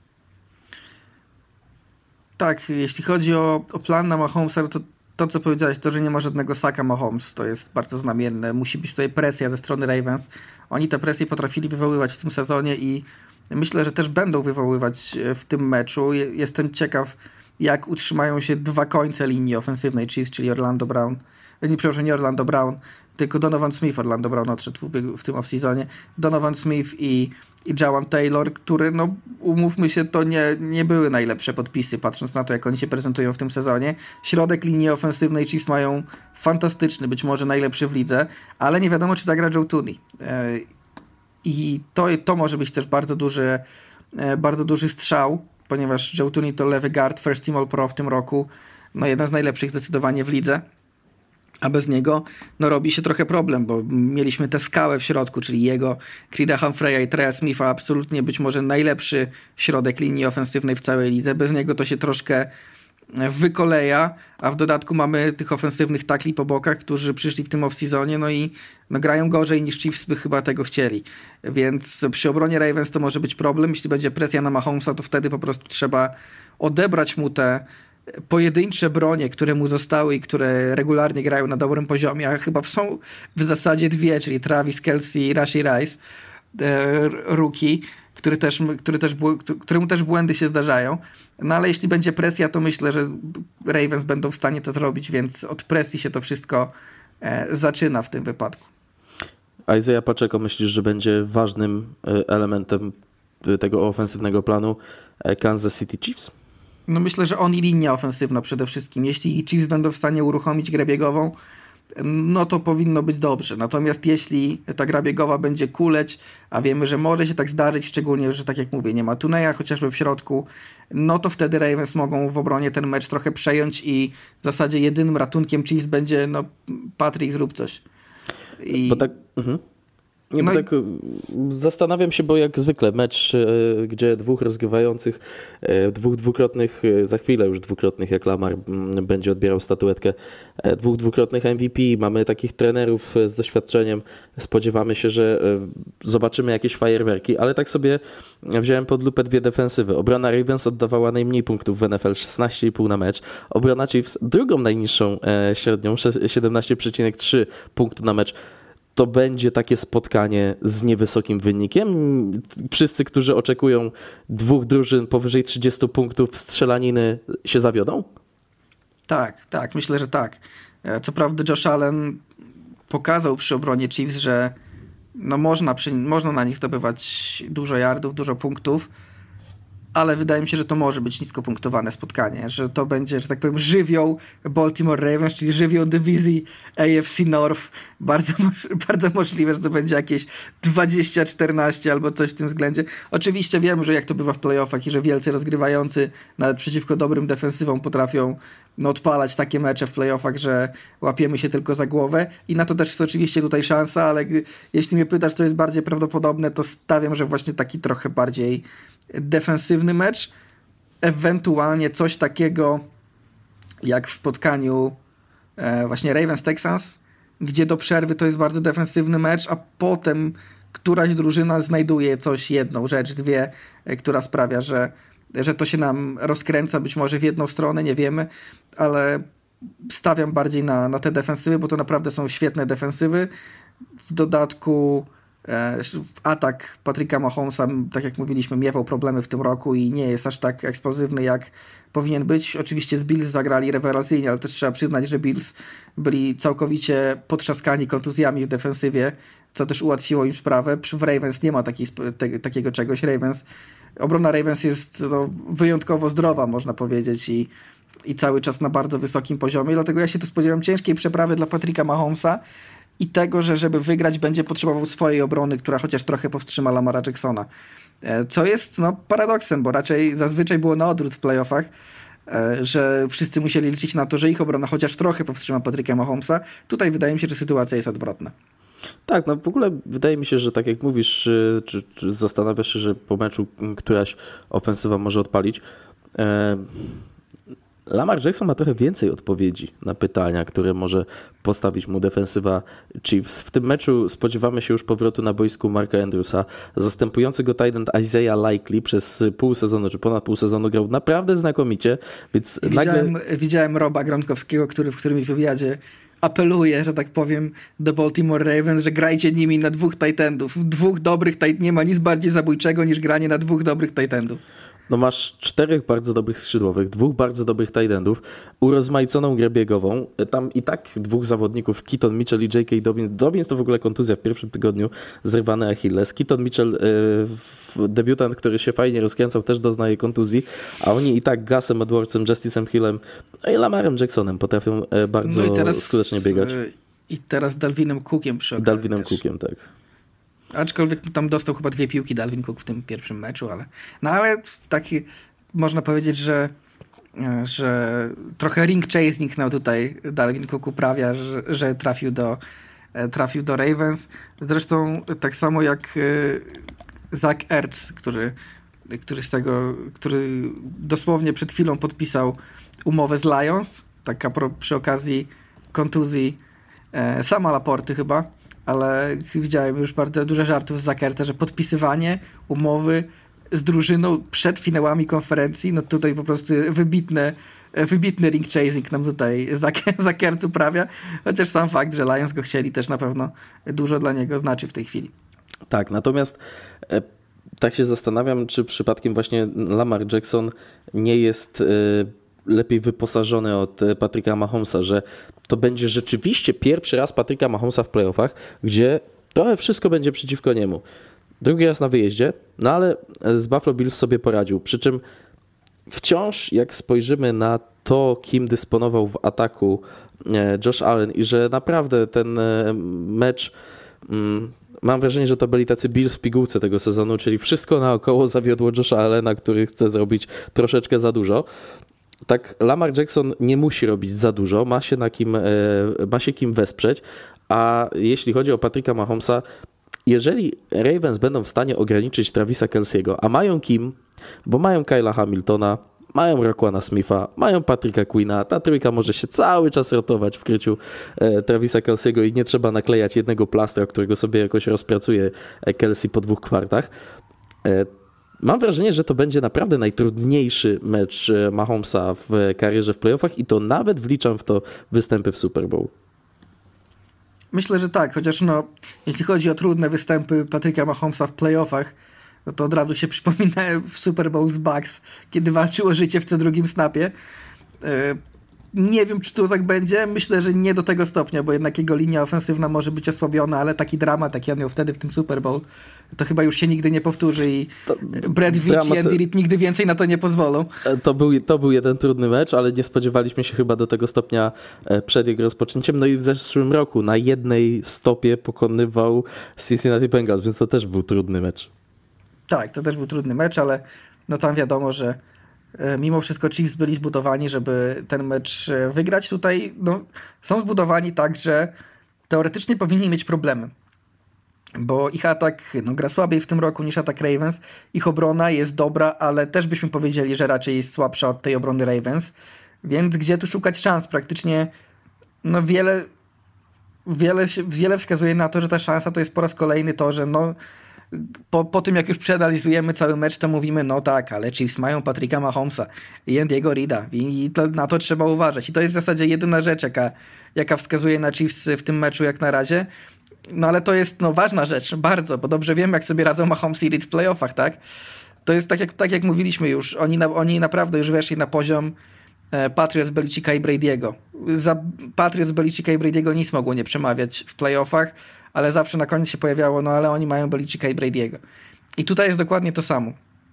Tak, jeśli chodzi o, o plan na Mahomesa, to to, co powiedziałeś, to, że nie ma żadnego saka Mahomes, to jest bardzo znamienne. Musi być tutaj presja ze strony Ravens. Oni tę presję potrafili wywoływać w tym sezonie i myślę, że też będą wywoływać w tym meczu. Jestem ciekaw, jak utrzymają się dwa końce linii ofensywnej Chiefs, czyli Orlando Brown, nie, przepraszam, nie Orlando Brown, tylko Donovan Smith. Orlando Brown odszedł w, w tym off-seasonie. Donovan Smith i, i Jawan Taylor, które, no umówmy się, to nie, nie były najlepsze podpisy, patrząc na to, jak oni się prezentują w tym sezonie. Środek linii ofensywnej Chiefs mają fantastyczny, być może najlepszy w lidze, ale nie wiadomo, czy zagra Joe Thuney. I to, to może być też bardzo duży, bardzo duży strzał, ponieważ Joe Thuney to lewy guard, first team All Pro w tym roku, no jeden z najlepszych zdecydowanie w lidze. A bez niego no robi się trochę problem, bo mieliśmy tę skałę w środku, czyli jego, Creeda Humphreya i Treya Smitha, absolutnie być może najlepszy środek linii ofensywnej w całej lidze. Bez niego to się troszkę wykoleja, a w dodatku mamy tych ofensywnych takli po bokach, którzy przyszli w tym off-seasonie, no i no grają gorzej niż Chiefs by chyba tego chcieli. Więc przy obronie Ravens to może być problem. Jeśli będzie presja na Mahomesa, to wtedy po prostu trzeba odebrać mu te pojedyncze bronie, które mu zostały i które regularnie grają na dobrym poziomie, a chyba są w zasadzie dwie, czyli Travis Kelce i Rashee Rice, e, rookie, który też, który też, któremu też błędy się zdarzają. No ale jeśli będzie presja, to myślę, że Ravens będą w stanie to zrobić, więc od presji się to wszystko e, zaczyna w tym wypadku. Isaiah Pacheco, myślisz, że będzie ważnym elementem tego ofensywnego planu Kansas City Chiefs? No myślę, że on i linia ofensywna przede wszystkim. Jeśli Chiefs będą w stanie uruchomić grę biegową, no to powinno być dobrze. Natomiast jeśli ta gra biegowa będzie kuleć, a wiemy, że może się tak zdarzyć, szczególnie, że tak jak mówię, nie ma Tuneja chociażby w środku, no to wtedy Ravens mogą w obronie ten mecz trochę przejąć i w zasadzie jedynym ratunkiem Chiefs będzie, no Patrick, zrób coś. I... Bo tak... Mhm. Nie, no bo tak zastanawiam się, bo jak zwykle mecz, gdzie dwóch rozgrywających, dwóch dwukrotnych, za chwilę już dwukrotnych, jak Lamar będzie odbierał statuetkę, dwóch dwukrotnych M V P, mamy takich trenerów z doświadczeniem, spodziewamy się, że zobaczymy jakieś fajerwerki, ale tak sobie wziąłem pod lupę dwie defensywy. Obrona Ravens oddawała najmniej punktów w N F L, szesnaście i pół na mecz. Obrona Chiefs drugą najniższą średnią, siedemnaście przecinek trzy punktu na mecz. To będzie takie spotkanie z niewysokim wynikiem. Wszyscy, którzy oczekują dwóch drużyn powyżej trzydziestu punktów strzelaniny, się zawiodą? Tak, tak, myślę, że tak. Co prawda Josh Allen pokazał przy obronie Chiefs, że no można, przy, można na nich zdobywać dużo yardów, dużo punktów, ale wydaje mi się, że to może być nisko punktowane spotkanie, że to będzie, że tak powiem, żywioł Baltimore Ravens, czyli żywioł dywizji A F C North. Bardzo, bardzo możliwe, że to będzie jakieś dwadzieścia czternaście albo coś w tym względzie. Oczywiście wiem, że jak to bywa w playoffach i że wielcy rozgrywający nawet przeciwko dobrym defensywom potrafią no, odpalać takie mecze w playoffach, że łapiemy się tylko za głowę i na to też jest oczywiście tutaj szansa, ale gdy, jeśli mnie pytasz, co jest bardziej prawdopodobne, to stawiam, że właśnie taki trochę bardziej defensywny mecz, ewentualnie coś takiego jak w spotkaniu e, właśnie Ravens-Texans, gdzie do przerwy to jest bardzo defensywny mecz, a potem któraś drużyna znajduje coś, jedną rzecz, dwie, e, która sprawia, że, że to się nam rozkręca, być może w jedną stronę, nie wiemy, ale stawiam bardziej na, na te defensywy, bo to naprawdę są świetne defensywy. W dodatku atak Patricka Mahomesa, tak jak mówiliśmy, miewał problemy w tym roku i nie jest aż tak eksplozywny, jak powinien być. Oczywiście z Bills zagrali rewelacyjnie, ale też trzeba przyznać, że Bills byli całkowicie potrzaskani kontuzjami w defensywie, co też ułatwiło im sprawę. W Ravens nie ma takiej, te, takiego czegoś. Ravens, obrona Ravens jest no, wyjątkowo zdrowa, można powiedzieć, i, i cały czas na bardzo wysokim poziomie, dlatego ja się tu spodziewam ciężkiej przeprawy dla Patricka Mahomesa i tego, że żeby wygrać będzie potrzebował swojej obrony, która chociaż trochę powstrzyma Lamara Jacksona. Co jest no, paradoksem, bo raczej zazwyczaj było na odwrót w playoffach, że wszyscy musieli liczyć na to, że ich obrona chociaż trochę powstrzyma Patricka Mahomesa. Tutaj wydaje mi się, że sytuacja jest odwrotna. Tak, no w ogóle wydaje mi się, że tak jak mówisz, czy, czy zastanawiasz się, że po meczu któraś ofensywa może odpalić. E- Lamar Jackson ma trochę więcej odpowiedzi na pytania, które może postawić mu defensywa Chiefs. W tym meczu spodziewamy się już powrotu na boisku Marka Andrewsa. Zastępujący go tight end Isaiah Likely przez pół sezonu, czy ponad pół sezonu grał naprawdę znakomicie. Więc widziałem, nagle... widziałem Roba Gronkowskiego, który w którymś wywiadzie apeluje, że tak powiem, do Baltimore Ravens, że grajcie nimi na dwóch tight endów. Dwóch dobrych tight nie ma nic bardziej zabójczego niż granie na dwóch dobrych tight endów. No masz czterech bardzo dobrych skrzydłowych, dwóch bardzo dobrych tight endów, urozmaiconą grę biegową, tam i tak dwóch zawodników, Keaton Mitchell i J K. Dobbins. Dobbins to w ogóle kontuzja w pierwszym tygodniu, zrywany Achilles. Keaton Mitchell, yy, debiutant, który się fajnie rozkręcał, też doznaje kontuzji, a oni i tak Gusem Edwardsem, Justicem Hillem i Lamarem Jacksonem potrafią bardzo no i teraz, skutecznie biegać. I teraz Dalvinem Cookiem przy okazji Dalvinem też. Cookiem, tak. Aczkolwiek tam dostał chyba dwie piłki Dalvin Cook w tym pierwszym meczu, ale no ale taki można powiedzieć, że że trochę ring chasing nam tutaj Dalvin Cook uprawia, że, że trafił do trafił do Ravens. Zresztą tak samo jak Zach Ertz, który, który z tego, który dosłownie przed chwilą podpisał umowę z Lions, taka pro, przy okazji kontuzji e, sama Laporty chyba, ale widziałem już bardzo dużo żartów z Zakerta, że podpisywanie umowy z drużyną przed finałami konferencji, no tutaj po prostu wybitne, wybitny ring chasing nam tutaj Zakert uprawia, chociaż sam fakt, że Lions go chcieli, też na pewno dużo dla niego znaczy w tej chwili. Tak, natomiast e, tak się zastanawiam, czy przypadkiem właśnie Lamar Jackson nie jest e, lepiej wyposażony od Patricka Mahomesa, że to będzie rzeczywiście pierwszy raz Patricka Mahomesa w playoffach, gdzie trochę wszystko będzie przeciwko niemu. Drugi raz na wyjeździe, no ale z Buffalo Bills sobie poradził. Przy czym wciąż jak spojrzymy na to, kim dysponował w ataku Josh Allen i że naprawdę ten mecz, mam wrażenie, że to byli tacy Bills w pigułce tego sezonu, czyli wszystko naokoło zawiodło Josha Allena, który chce zrobić troszeczkę za dużo. Tak, Lamar Jackson nie musi robić za dużo, ma się, na kim, ma się kim wesprzeć, a jeśli chodzi o Patricka Mahomesa, jeżeli Ravens będą w stanie ograniczyć Travisa Kelce'ego, a mają kim, bo mają Kyla Hamiltona, mają Roquana Smitha, mają Patricka Queena, ta trójka może się cały czas rotować w kryciu e, Travisa Kelce'ego i nie trzeba naklejać jednego plastra, którego sobie jakoś rozpracuje Kelce po dwóch kwartach. E, Mam wrażenie, że to będzie naprawdę najtrudniejszy mecz Mahomesa w karierze w playoffach i to nawet wliczam w to występy w Super Bowl. Myślę, że tak, chociaż no, jeśli chodzi o trudne występy Patricka Mahomesa w playoffach, no to od razu się przypomina w Super Bowl z Bucks, kiedy walczył o życie w co drugim snapie. Nie wiem, czy to tak będzie. Myślę, że nie do tego stopnia, bo jednak jego linia ofensywna może być osłabiona, ale taki dramat, jaki on miał wtedy w tym Super Bowl, to chyba już się nigdy nie powtórzy i to Brad Veach i Andy Reid nigdy więcej na to nie pozwolą. To był, to był jeden trudny mecz, ale nie spodziewaliśmy się chyba do tego stopnia przed jego rozpoczęciem. No i w zeszłym roku na jednej stopie pokonywał Cincinnati Bengals, więc to też był trudny mecz. Tak, to też był trudny mecz, ale no tam wiadomo, że mimo wszystko Chiefs byli zbudowani, żeby ten mecz wygrać. Tutaj no, są zbudowani tak, że teoretycznie powinni mieć problemy, bo ich atak no, gra słabiej w tym roku niż atak Ravens. Ich obrona jest dobra, ale też byśmy powiedzieli, że raczej jest słabsza od tej obrony Ravens. Więc gdzie tu szukać szans? Praktycznie no wiele, wiele, wiele wskazuje na to, że ta szansa to jest po raz kolejny to, że no Po, po tym jak już przeanalizujemy cały mecz, to mówimy, no tak, ale Chiefs mają Patricka Mahomesa i Andy'ego Reida i, i to, na to trzeba uważać. I to jest w zasadzie jedyna rzecz, jaka, jaka wskazuje na Chiefs w tym meczu jak na razie. No ale to jest no, ważna rzecz, bardzo, bo dobrze wiemy, jak sobie radzą Mahomes i Reid w playoffach, tak? To jest tak jak, tak jak mówiliśmy już, oni, na, oni naprawdę już weszli na poziom e, Patriots, Belichicka i Brady'ego. Za Patriots, Belichicka i Brady'ego nic mogło nie przemawiać w playoffach, ale zawsze na koniec się pojawiało, no ale oni mają Belichicka i Brady'ego. I tutaj jest dokładnie to samo.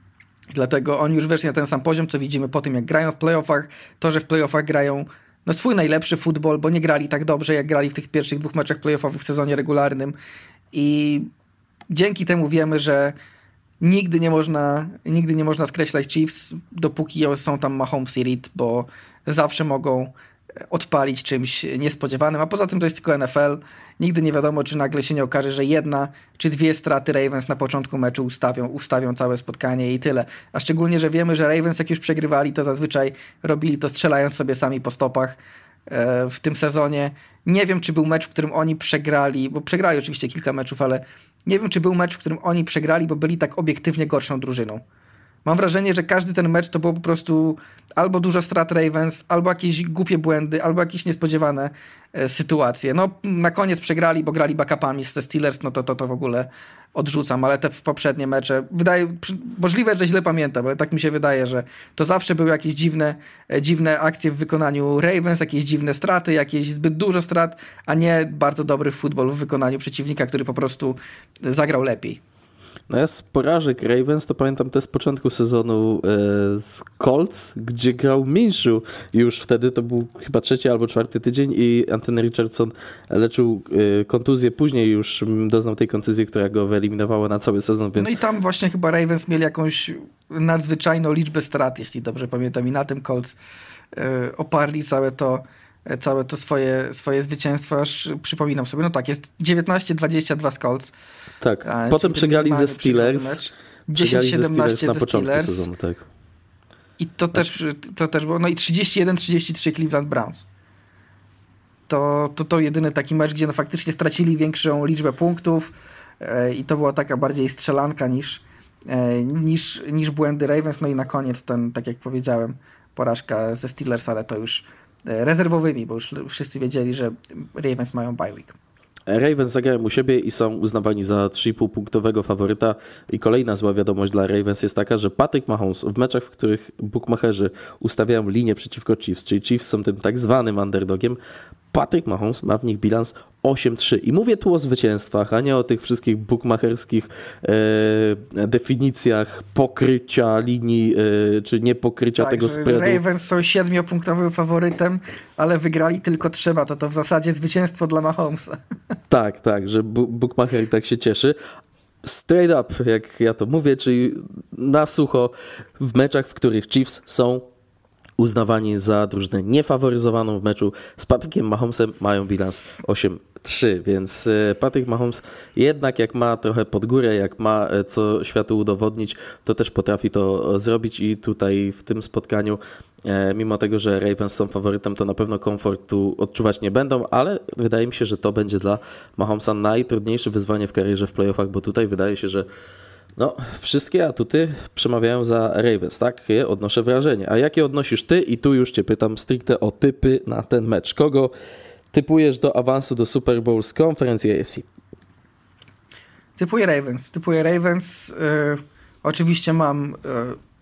Dlatego oni już weszli na ten sam poziom, co widzimy po tym, jak grają w playoffach. To, że w playoffach grają no, swój najlepszy futbol, bo nie grali tak dobrze, jak grali w tych pierwszych dwóch meczach playoffowych w sezonie regularnym. I dzięki temu wiemy, że nigdy nie można, nigdy nie można skreślać Chiefs, dopóki są tam Mahomes i Reid, bo zawsze mogą odpalić czymś niespodziewanym, a poza tym to jest tylko N F L. Nigdy nie wiadomo, czy nagle się nie okaże, że jedna czy dwie straty Ravens na początku meczu ustawią, ustawią całe spotkanie i tyle. A szczególnie, że wiemy, że Ravens jak już przegrywali, to zazwyczaj robili to strzelając sobie sami po stopach e, w tym sezonie. Nie wiem, czy był mecz, w którym oni przegrali, bo przegrali oczywiście kilka meczów, ale nie wiem, czy był mecz, w którym oni przegrali, bo byli tak obiektywnie gorszą drużyną. Mam wrażenie, że każdy ten mecz to było po prostu albo dużo strat Ravens, albo jakieś głupie błędy, albo jakieś niespodziewane e, sytuacje. No na koniec przegrali, bo grali backupami z Steelers, no to, to to w ogóle odrzucam, ale te poprzednie mecze, wydaje, możliwe, że źle pamiętam, ale tak mi się wydaje, że to zawsze były jakieś dziwne, e, dziwne akcje w wykonaniu Ravens, jakieś dziwne straty, jakieś zbyt dużo strat, a nie bardzo dobry futbol w wykonaniu przeciwnika, który po prostu zagrał lepiej. No ja z porażek Ravens to pamiętam te z początku sezonu e, z Colts, gdzie grał Minshew. Już wtedy to był chyba trzeci albo czwarty tydzień i Anthony Richardson leczył e, kontuzję. Później już doznał tej kontuzji, która go wyeliminowała na cały sezon. Więc... No i tam właśnie chyba Ravens mieli jakąś nadzwyczajną liczbę strat, jeśli dobrze pamiętam. I na tym Colts e, oparli całe to całe to swoje, swoje zwycięstwo, aż przypominam sobie, no tak, jest dziewiętnaście dwadzieścia dwa z Colts. Tak, a, potem przegrali ze Steelers. Przegrali ze Steelers na początku Steelers. sezonu, tak. I to tak. też to też było, no i trzydzieści jeden trzydzieści trzy Cleveland Browns. To, to to jedyny taki mecz, gdzie no faktycznie stracili większą liczbę punktów e, i to była taka bardziej strzelanka niż, e, niż, niż błędy Ravens, no i na koniec ten, tak jak powiedziałem, porażka ze Steelers, ale to już rezerwowymi, bo już wszyscy wiedzieli, że Ravens mają bye week. Ravens zagrają u siebie i są uznawani za trzy i pół punktowego faworyta i kolejna zła wiadomość dla Ravens jest taka, że Patrick Mahomes w meczach, w których bookmacherzy ustawiają linię przeciwko Chiefs, czyli Chiefs są tym tak zwanym underdogiem, Patrick Mahomes ma w nich bilans osiem trzy. I mówię tu o zwycięstwach, a nie o tych wszystkich bookmacherskich e, definicjach pokrycia linii, e, czy niepokrycia tak, tego spreadu. Ravens są siedmiopunktowym faworytem, ale wygrali tylko trzeba. To to w zasadzie zwycięstwo dla Mahomesa. Tak, tak, że bookmacher tak się cieszy. Straight up, jak ja to mówię, czyli na sucho w meczach, w których Chiefs są uznawani za drużynę niefaworyzowaną w meczu z Patrickiem Mahomesem, mają bilans osiem trzy, więc Patrick Mahomes jednak jak ma trochę pod górę, jak ma co światu udowodnić, to też potrafi to zrobić i tutaj w tym spotkaniu, mimo tego, że Ravens są faworytem, to na pewno komfort tu odczuwać nie będą, ale wydaje mi się, że to będzie dla Mahomesa najtrudniejsze wyzwanie w karierze w playoffach, bo tutaj wydaje się, że no, wszystkie atuty przemawiają za Ravens, takie odnoszę wrażenie. A jakie odnosisz ty? I tu już cię pytam stricte o typy na ten mecz. Kogo typujesz do awansu do Super Bowl z konferencji A F C? Typuję Ravens. Typuję Ravens. Yy, oczywiście mam yy,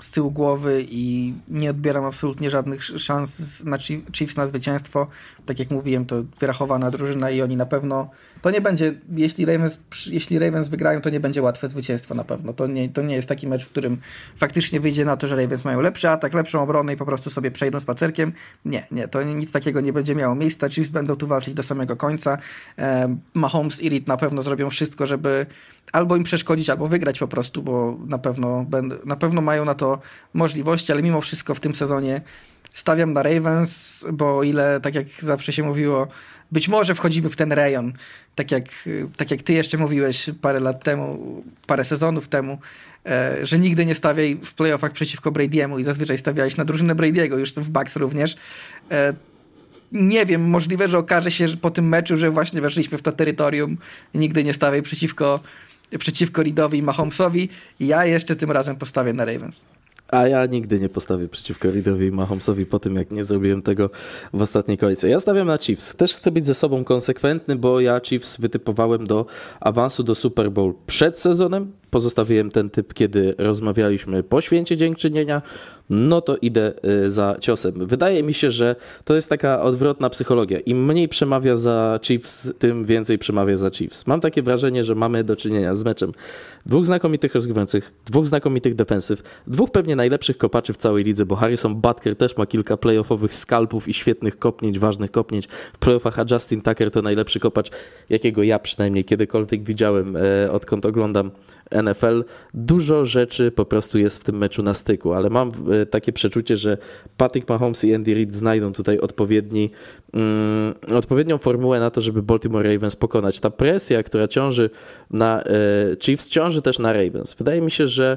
z tyłu głowy i nie odbieram absolutnie żadnych szans na Chiefs na zwycięstwo. Tak jak mówiłem, to wyrachowana drużyna i oni na pewno, to nie będzie, jeśli Ravens, jeśli Ravens wygrają, to nie będzie łatwe zwycięstwo na pewno. To nie, to nie jest taki mecz, w którym faktycznie wyjdzie na to, że Ravens mają lepszy atak, lepszą obronę i po prostu sobie przejdą spacerkiem. Nie, nie, to nic takiego nie będzie miało miejsca. Chiefs będą tu walczyć do samego końca. E, Mahomes i Reed na pewno zrobią wszystko, żeby albo im przeszkodzić, albo wygrać po prostu, bo na pewno, na pewno mają na to możliwości, ale mimo wszystko w tym sezonie stawiam na Ravens, bo o ile, tak jak zawsze się mówiło, być może wchodzimy w ten rejon, tak jak, tak jak ty jeszcze mówiłeś parę lat temu, parę sezonów temu, e, że nigdy nie stawiaj w playoffach przeciwko Brady'emu i zazwyczaj stawiałeś na drużynę Brady'ego, już w Bucks również. E, nie wiem, możliwe, że okaże się że po tym meczu, że właśnie weszliśmy w to terytorium i nigdy nie stawiaj przeciwko przeciwko Reedowi i Mahomesowi. Ja jeszcze tym razem postawię na Ravens. A ja nigdy nie postawię przeciwko Reedowi i Mahomesowi po tym, jak nie zrobiłem tego w ostatniej kolejce. Ja stawiam na Chiefs. Też chcę być ze sobą konsekwentny, bo ja Chiefs wytypowałem do awansu do Super Bowl przed sezonem. Pozostawiłem ten typ, kiedy rozmawialiśmy po święcie dziękczynienia. No to idę za ciosem. Wydaje mi się, że to jest taka odwrotna psychologia. Im mniej przemawia za Chiefs, tym więcej przemawia za Chiefs. Mam takie wrażenie, że mamy do czynienia z meczem dwóch znakomitych rozgrywających, dwóch znakomitych defensyw, dwóch pewnie najlepszych kopaczy w całej lidze, bo Harrison Butker też ma kilka playoffowych skalpów i świetnych kopnięć, ważnych kopnięć w playoffach, a Justin Tucker to najlepszy kopacz, jakiego ja przynajmniej kiedykolwiek widziałem, e, odkąd oglądam N F L. Dużo rzeczy po prostu jest w tym meczu na styku, ale mam e, takie przeczucie, że Patrick Mahomes i Andy Reid znajdą tutaj odpowiedni, mm, odpowiednią formułę na to, żeby Baltimore Ravens pokonać. Ta presja, która ciąży na e, Chiefs, ciąży też na Ravens. Wydaje mi się, że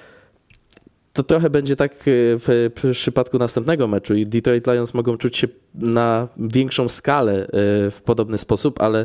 to trochę będzie tak w przypadku następnego meczu i Detroit Lions mogą czuć się na większą skalę w podobny sposób, ale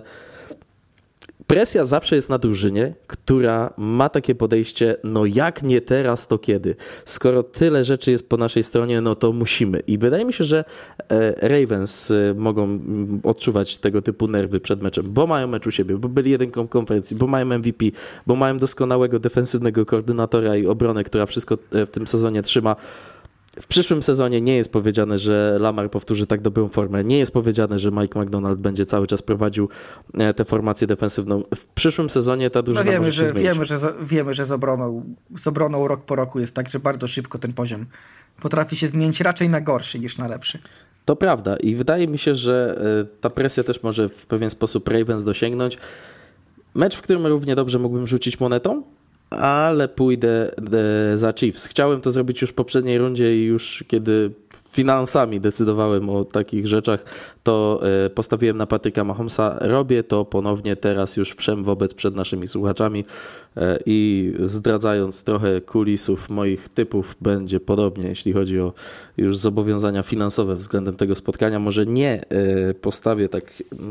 presja zawsze jest na drużynie, która ma takie podejście, no jak nie teraz, to kiedy? Skoro tyle rzeczy jest po naszej stronie, no to musimy. I wydaje mi się, że Ravens mogą odczuwać tego typu nerwy przed meczem, bo mają mecz u siebie, bo byli jedynką konferencji, bo mają M V P, bo mają doskonałego defensywnego koordynatora i obronę, która wszystko w tym sezonie trzyma. W przyszłym sezonie nie jest powiedziane, że Lamar powtórzy tak dobrą formę. Nie jest powiedziane, że Mike McDonald będzie cały czas prowadził tę formację defensywną. W przyszłym sezonie ta drużyna no wiemy, może się że, zmienić. Wiemy, że, wiemy, że z obroną, z obroną rok po roku jest tak, że bardzo szybko ten poziom potrafi się zmienić raczej na gorszy niż na lepszy. To prawda i wydaje mi się, że ta presja też może w pewien sposób Ravens dosięgnąć. Mecz, w którym równie dobrze mógłbym rzucić monetą, ale pójdę za Chiefs. Chciałem to zrobić już w poprzedniej rundzie i już kiedy finansami decydowałem o takich rzeczach, to postawiłem na Patryka Mahomesa. Robię to ponownie teraz już wszem wobec przed naszymi słuchaczami i zdradzając trochę kulisów moich typów, będzie podobnie, jeśli chodzi o już zobowiązania finansowe względem tego spotkania. Może nie postawię tak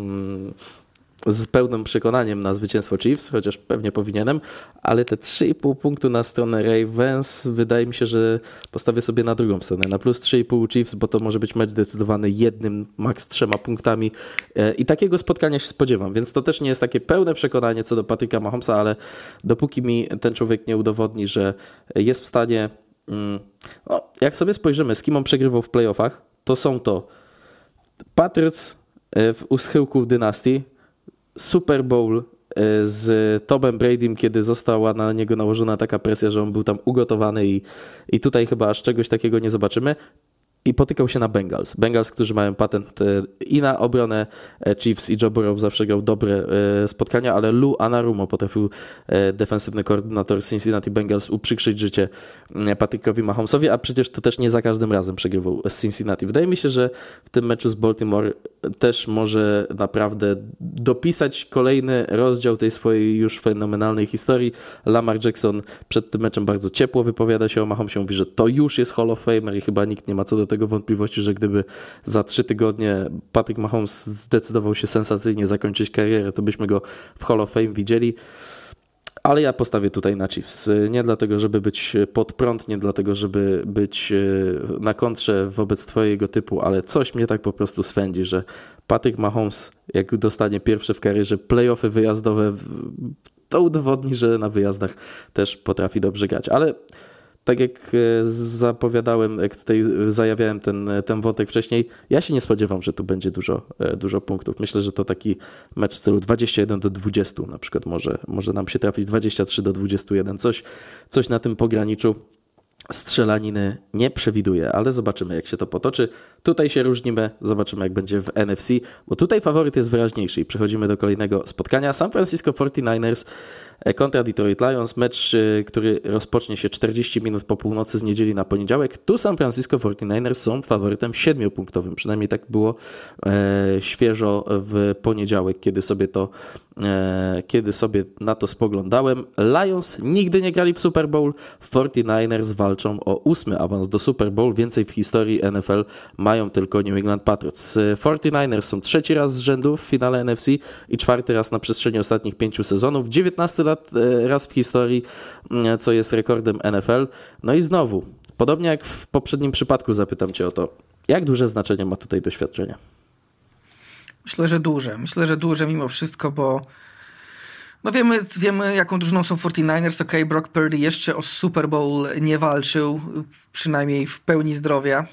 z pełnym przekonaniem na zwycięstwo Chiefs, chociaż pewnie powinienem, ale te trzy i pół punktu na stronę Ravens wydaje mi się, że postawię sobie na drugą stronę, na plus trzy i pół Chiefs, bo to może być mecz decydowany jednym, maks trzema punktami i takiego spotkania się spodziewam, więc to też nie jest takie pełne przekonanie co do Patryka Mahomesa, ale dopóki mi ten człowiek nie udowodni, że jest w stanie, o, jak sobie spojrzymy, z kim on przegrywał w playoffach, to są to Patriots w u schyłku dynastii, Super Bowl z Tomem Bradym, kiedy została na niego nałożona taka presja, że on był tam ugotowany i, i tutaj chyba aż czegoś takiego nie zobaczymy. I potykał się na Bengals. Bengals, którzy mają patent i na obronę. Chiefs i Joe Burrow zawsze grał dobre spotkania, ale Lou Anarumo potrafił defensywny koordynator Cincinnati Bengals uprzykrzyć życie Patrickowi Mahomesowi, a przecież to też nie za każdym razem przegrywał z Cincinnati. Wydaje mi się, że w tym meczu z Baltimore też może naprawdę dopisać kolejny rozdział tej swojej już fenomenalnej historii. Lamar Jackson przed tym meczem bardzo ciepło wypowiada się o Mahomesie, mówi, że to już jest Hall of Famer i chyba nikt nie ma co do tego wątpliwości, że gdyby za trzy tygodnie Patrick Mahomes zdecydował się sensacyjnie zakończyć karierę, to byśmy go w Hall of Fame widzieli. Ale ja postawię tutaj na Chiefs. Nie dlatego, żeby być pod prąd, nie dlatego, żeby być na kontrze wobec twojego typu, ale coś mnie tak po prostu swędzi, że Patrick Mahomes, jak dostanie pierwsze w karierze playoffy wyjazdowe, to udowodni, że na wyjazdach też potrafi dobrze grać. Ale tak jak zapowiadałem, jak tutaj zajawiałem ten, ten wątek wcześniej, ja się nie spodziewam, że tu będzie dużo, dużo punktów. Myślę, że to taki mecz w stylu dwadzieścia jeden do dwudziestu na przykład może, może nam się trafić, dwadzieścia trzy do dwudziestu jeden, coś, coś na tym pograniczu. Strzelaniny nie przewiduję, ale zobaczymy, jak się to potoczy. Tutaj się różnimy, zobaczymy, jak będzie w N F C, bo tutaj faworyt jest wyraźniejszy i przechodzimy do kolejnego spotkania. San Francisco forty-niners kontra Detroit Lions, mecz, który rozpocznie się czterdzieści minut po północy z niedzieli na poniedziałek. Tu San Francisco forty-niners są faworytem siedmiopunktowym, przynajmniej tak było e, świeżo w poniedziałek, kiedy sobie to e, kiedy sobie na to spoglądałem. Lions nigdy nie grali w Super Bowl, forty-niners walczą o ósmy awans do Super Bowl, więcej w historii N F L mają tylko New England Patriots. forty-niners są trzeci raz z rzędu w finale N F C i czwarty raz na przestrzeni ostatnich pięciu sezonów, dziewiętnasty raz w historii, co jest rekordem N F L. No i znowu, podobnie jak w poprzednim przypadku, zapytam Cię o to, jak duże znaczenie ma tutaj doświadczenie? Myślę, że duże. Myślę, że duże mimo wszystko, bo no wiemy, wiemy jaką drużyną są forty-niners. Ok, Brock Purdy jeszcze o Super Bowl nie walczył, przynajmniej w pełni zdrowia,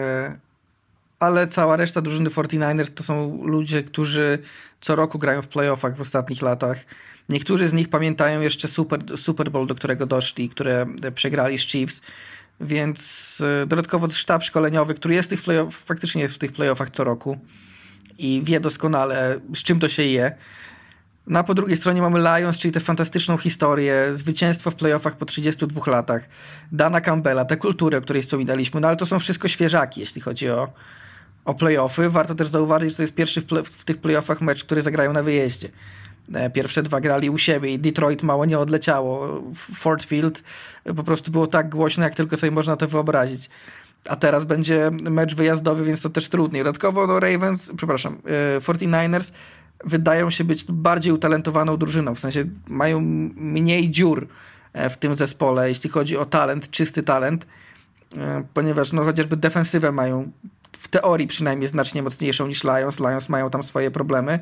ale cała reszta drużyny forty-niners to są ludzie, którzy co roku grają w playoffach w ostatnich latach. Niektórzy z nich pamiętają jeszcze Super, Super Bowl, do którego doszli, które przegrali z Chiefs, więc dodatkowo sztab szkoleniowy, który jest w tych playoff, faktycznie jest w tych playoffach co roku i wie doskonale, z czym to się je. No a po drugiej stronie mamy Lions, czyli tę fantastyczną historię, zwycięstwo w playoffach po trzydziestu dwóch latach, Dana Campbella, tę kulturę, o której wspominaliśmy, no ale to są wszystko świeżaki, jeśli chodzi o, o playoffy. Warto też zauważyć, że to jest pierwszy w, play, w tych playoffach mecz, który zagrają na wyjeździe. Pierwsze dwa grali u siebie i Detroit mało nie odleciało. Ford Field po prostu było tak głośno, jak tylko sobie można to wyobrazić. A teraz będzie mecz wyjazdowy, więc to też trudniej. Dodatkowo no Ravens, przepraszam, forty-niners wydają się być bardziej utalentowaną drużyną. W sensie mają mniej dziur w tym zespole, jeśli chodzi o talent, czysty talent, ponieważ no chociażby defensywę mają w teorii przynajmniej znacznie mocniejszą niż Lions. Lions mają tam swoje problemy.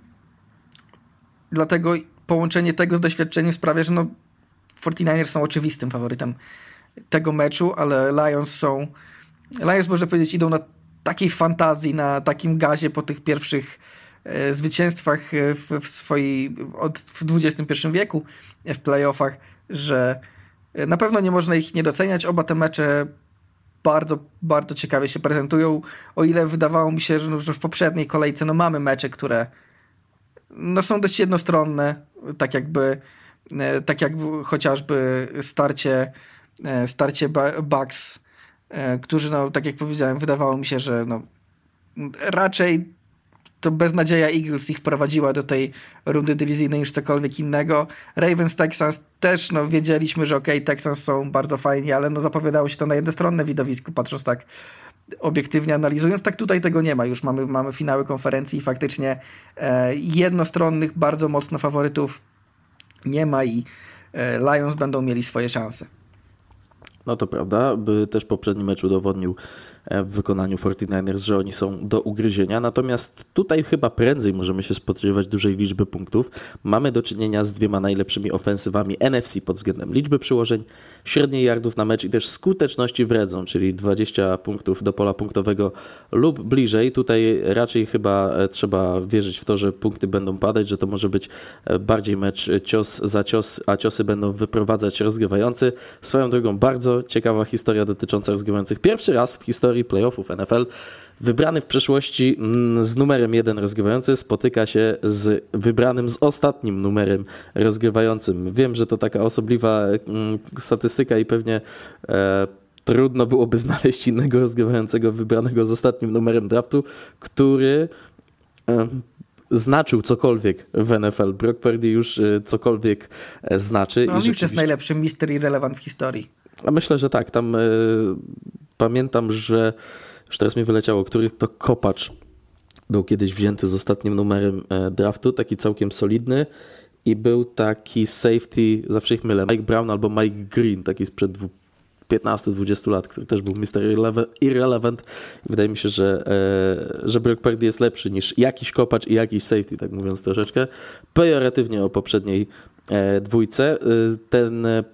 Dlatego połączenie tego z doświadczeniem sprawia, że no forty-niners są oczywistym faworytem tego meczu, ale Lions są Lions, można powiedzieć, idą na takiej fantazji, na takim gazie po tych pierwszych e, zwycięstwach w, w swojej od, w dwudziestym pierwszym wieku w playoffach, że na pewno nie można ich nie doceniać. Oba te mecze bardzo, bardzo ciekawie się prezentują. O ile wydawało mi się, że, no, że w poprzedniej kolejce no, mamy mecze, które no, są dość jednostronne, tak jakby, tak jakby chociażby starcie, starcie Bucks, którzy, no, tak jak powiedziałem, wydawało mi się, że no, raczej to beznadzieja Eagles ich wprowadziła do tej rundy dywizyjnej niż cokolwiek innego. Ravens, Texans też, no, wiedzieliśmy, że okej, okay, Texans są bardzo fajni, ale no, zapowiadało się to na jednostronne widowisko, patrząc tak obiektywnie analizując. Tak tutaj tego nie ma. Już mamy, mamy finały konferencji i faktycznie e, jednostronnych, bardzo mocno faworytów nie ma i e, Lions będą mieli swoje szanse. No to prawda, by też poprzedni mecz udowodnił w wykonaniu forty-niners, że oni są do ugryzienia, natomiast tutaj chyba prędzej możemy się spodziewać dużej liczby punktów. Mamy do czynienia z dwiema najlepszymi ofensywami N F C pod względem liczby przyłożeń, średniej yardów na mecz i też skuteczności w red zone, czyli dwadzieścia punktów do pola punktowego lub bliżej. Tutaj raczej chyba trzeba wierzyć w to, że punkty będą padać, że to może być bardziej mecz cios za cios, a ciosy będą wyprowadzać rozgrywający. Swoją drogą bardzo ciekawa historia dotycząca rozgrywających. Pierwszy raz w historii playoffów N F L wybrany w przeszłości z numerem jeden rozgrywający spotyka się z wybranym z ostatnim numerem rozgrywającym. Wiem, że to taka osobliwa statystyka i pewnie e, trudno byłoby znaleźć innego rozgrywającego wybranego z ostatnim numerem draftu, który e, znaczył cokolwiek w N F L. Brock Purdy już cokolwiek znaczy. No, i już rzeczywiście... jest najlepszy mister Irrelevant w historii. A myślę, że tak. Tam y, pamiętam, że już teraz mi wyleciało, który to kopacz był kiedyś wzięty z ostatnim numerem y, draftu, taki całkiem solidny i był taki safety, zawsze ich mylę, Mike Brown albo Mike Green, taki sprzed piętnastu dwudziestu lat, który też był mister Irrelevant. Wydaje mi się, że, y, że Brock Purdy jest lepszy niż jakiś kopacz i jakiś safety, tak mówiąc troszeczkę. Pejoratywnie o poprzedniej y, dwójce. Y, ten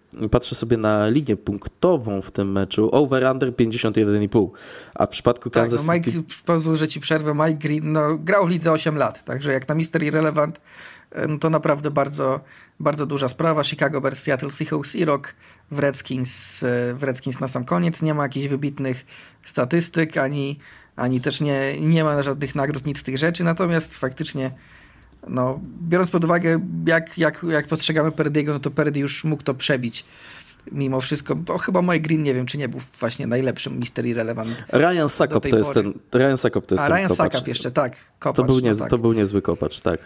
patrzę sobie na linię punktową w tym meczu, over-under pięćdziesiąt jeden i pół, a w przypadku Kansas tak, no Mike, City... Pozwól, że ci przerwę, Mike Green no, grał w lidze osiem lat, także jak na mister Irrelevant, no to naprawdę bardzo, bardzo duża sprawa. Chicago Bears, Seattle Seahawks i rok w Redskins, w Redskins na sam koniec. Nie ma jakichś wybitnych statystyk, ani, ani też nie, nie ma żadnych nagród, nic z tych rzeczy, natomiast faktycznie no, biorąc pod uwagę jak, jak, jak postrzegamy Purdy'ego, no to Purdy już mógł to przebić mimo wszystko, bo chyba Mike Green nie wiem, czy nie był właśnie najlepszym mister Irrelevant. Ryan Succop to jest ten Ryan Succop to jest A ten Ryan kopacz. Succop jeszcze, tak. Kopacz, to, był no niezły, tak. to był niezły kopacz, tak.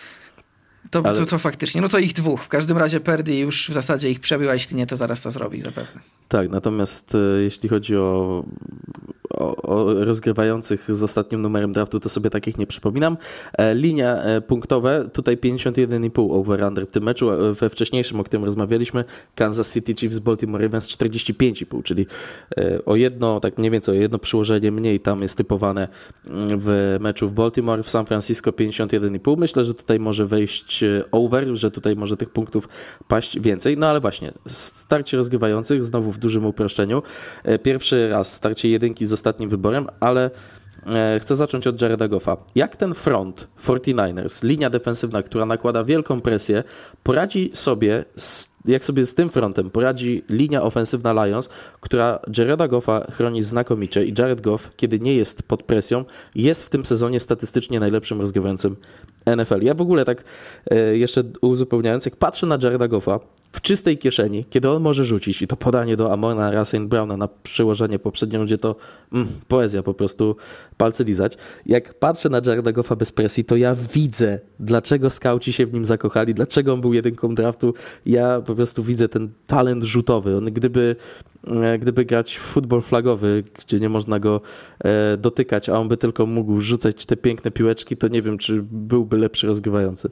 To, Ale... to, to faktycznie, no to ich dwóch. W każdym razie Purdy już w zasadzie ich przebył, a jeśli nie, to zaraz to zrobi zapewne. Tak, natomiast e, jeśli chodzi o, o, o rozgrywających z ostatnim numerem draftu, to sobie takich nie przypominam. E, linia e, punktowe, tutaj pięćdziesiąt jeden i pół over-under w tym meczu. E, we wcześniejszym, o którym rozmawialiśmy, Kansas City Chiefs, Baltimore Ravens czterdzieści pięć i pół, czyli e, o jedno, tak mniej więcej o jedno przyłożenie mniej tam jest typowane w meczu w Baltimore. W San Francisco pięćdziesiąt jeden i pół. Myślę, że tutaj może wejść over, że tutaj może tych punktów paść więcej. No ale właśnie, starcie rozgrywających, znowu w dużym uproszczeniu. Pierwszy raz starcie jedynki z ostatnim wyborem, ale chcę zacząć od Jareda Goffa. Jak ten front czterdzieści dziewięć, linia defensywna, która nakłada wielką presję, poradzi sobie, z, jak sobie z tym frontem poradzi linia ofensywna Lions, która Jareda Goffa chroni znakomicie i Jared Goff, kiedy nie jest pod presją, jest w tym sezonie statystycznie najlepszym rozgrywającym N F L. Ja w ogóle tak e, jeszcze uzupełniając, jak patrzę na Jareda Goffa w czystej kieszeni, kiedy on może rzucić i to podanie do Amona Ra Saint Browna na przyłożenie w poprzednim rundzie, to mm, poezja, po prostu palce lizać. Jak patrzę na Jareda Goffa bez presji, to ja widzę, dlaczego skauci się w nim zakochali, dlaczego on był jedynką draftu. Ja po prostu widzę ten talent rzutowy. On gdyby, gdyby grać w futbol flagowy, gdzie nie można go e, dotykać, a on by tylko mógł rzucać te piękne piłeczki, to nie wiem, czy byłby lepszy rozgrywający.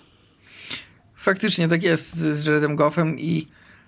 Faktycznie tak jest z Jaredem Goffem i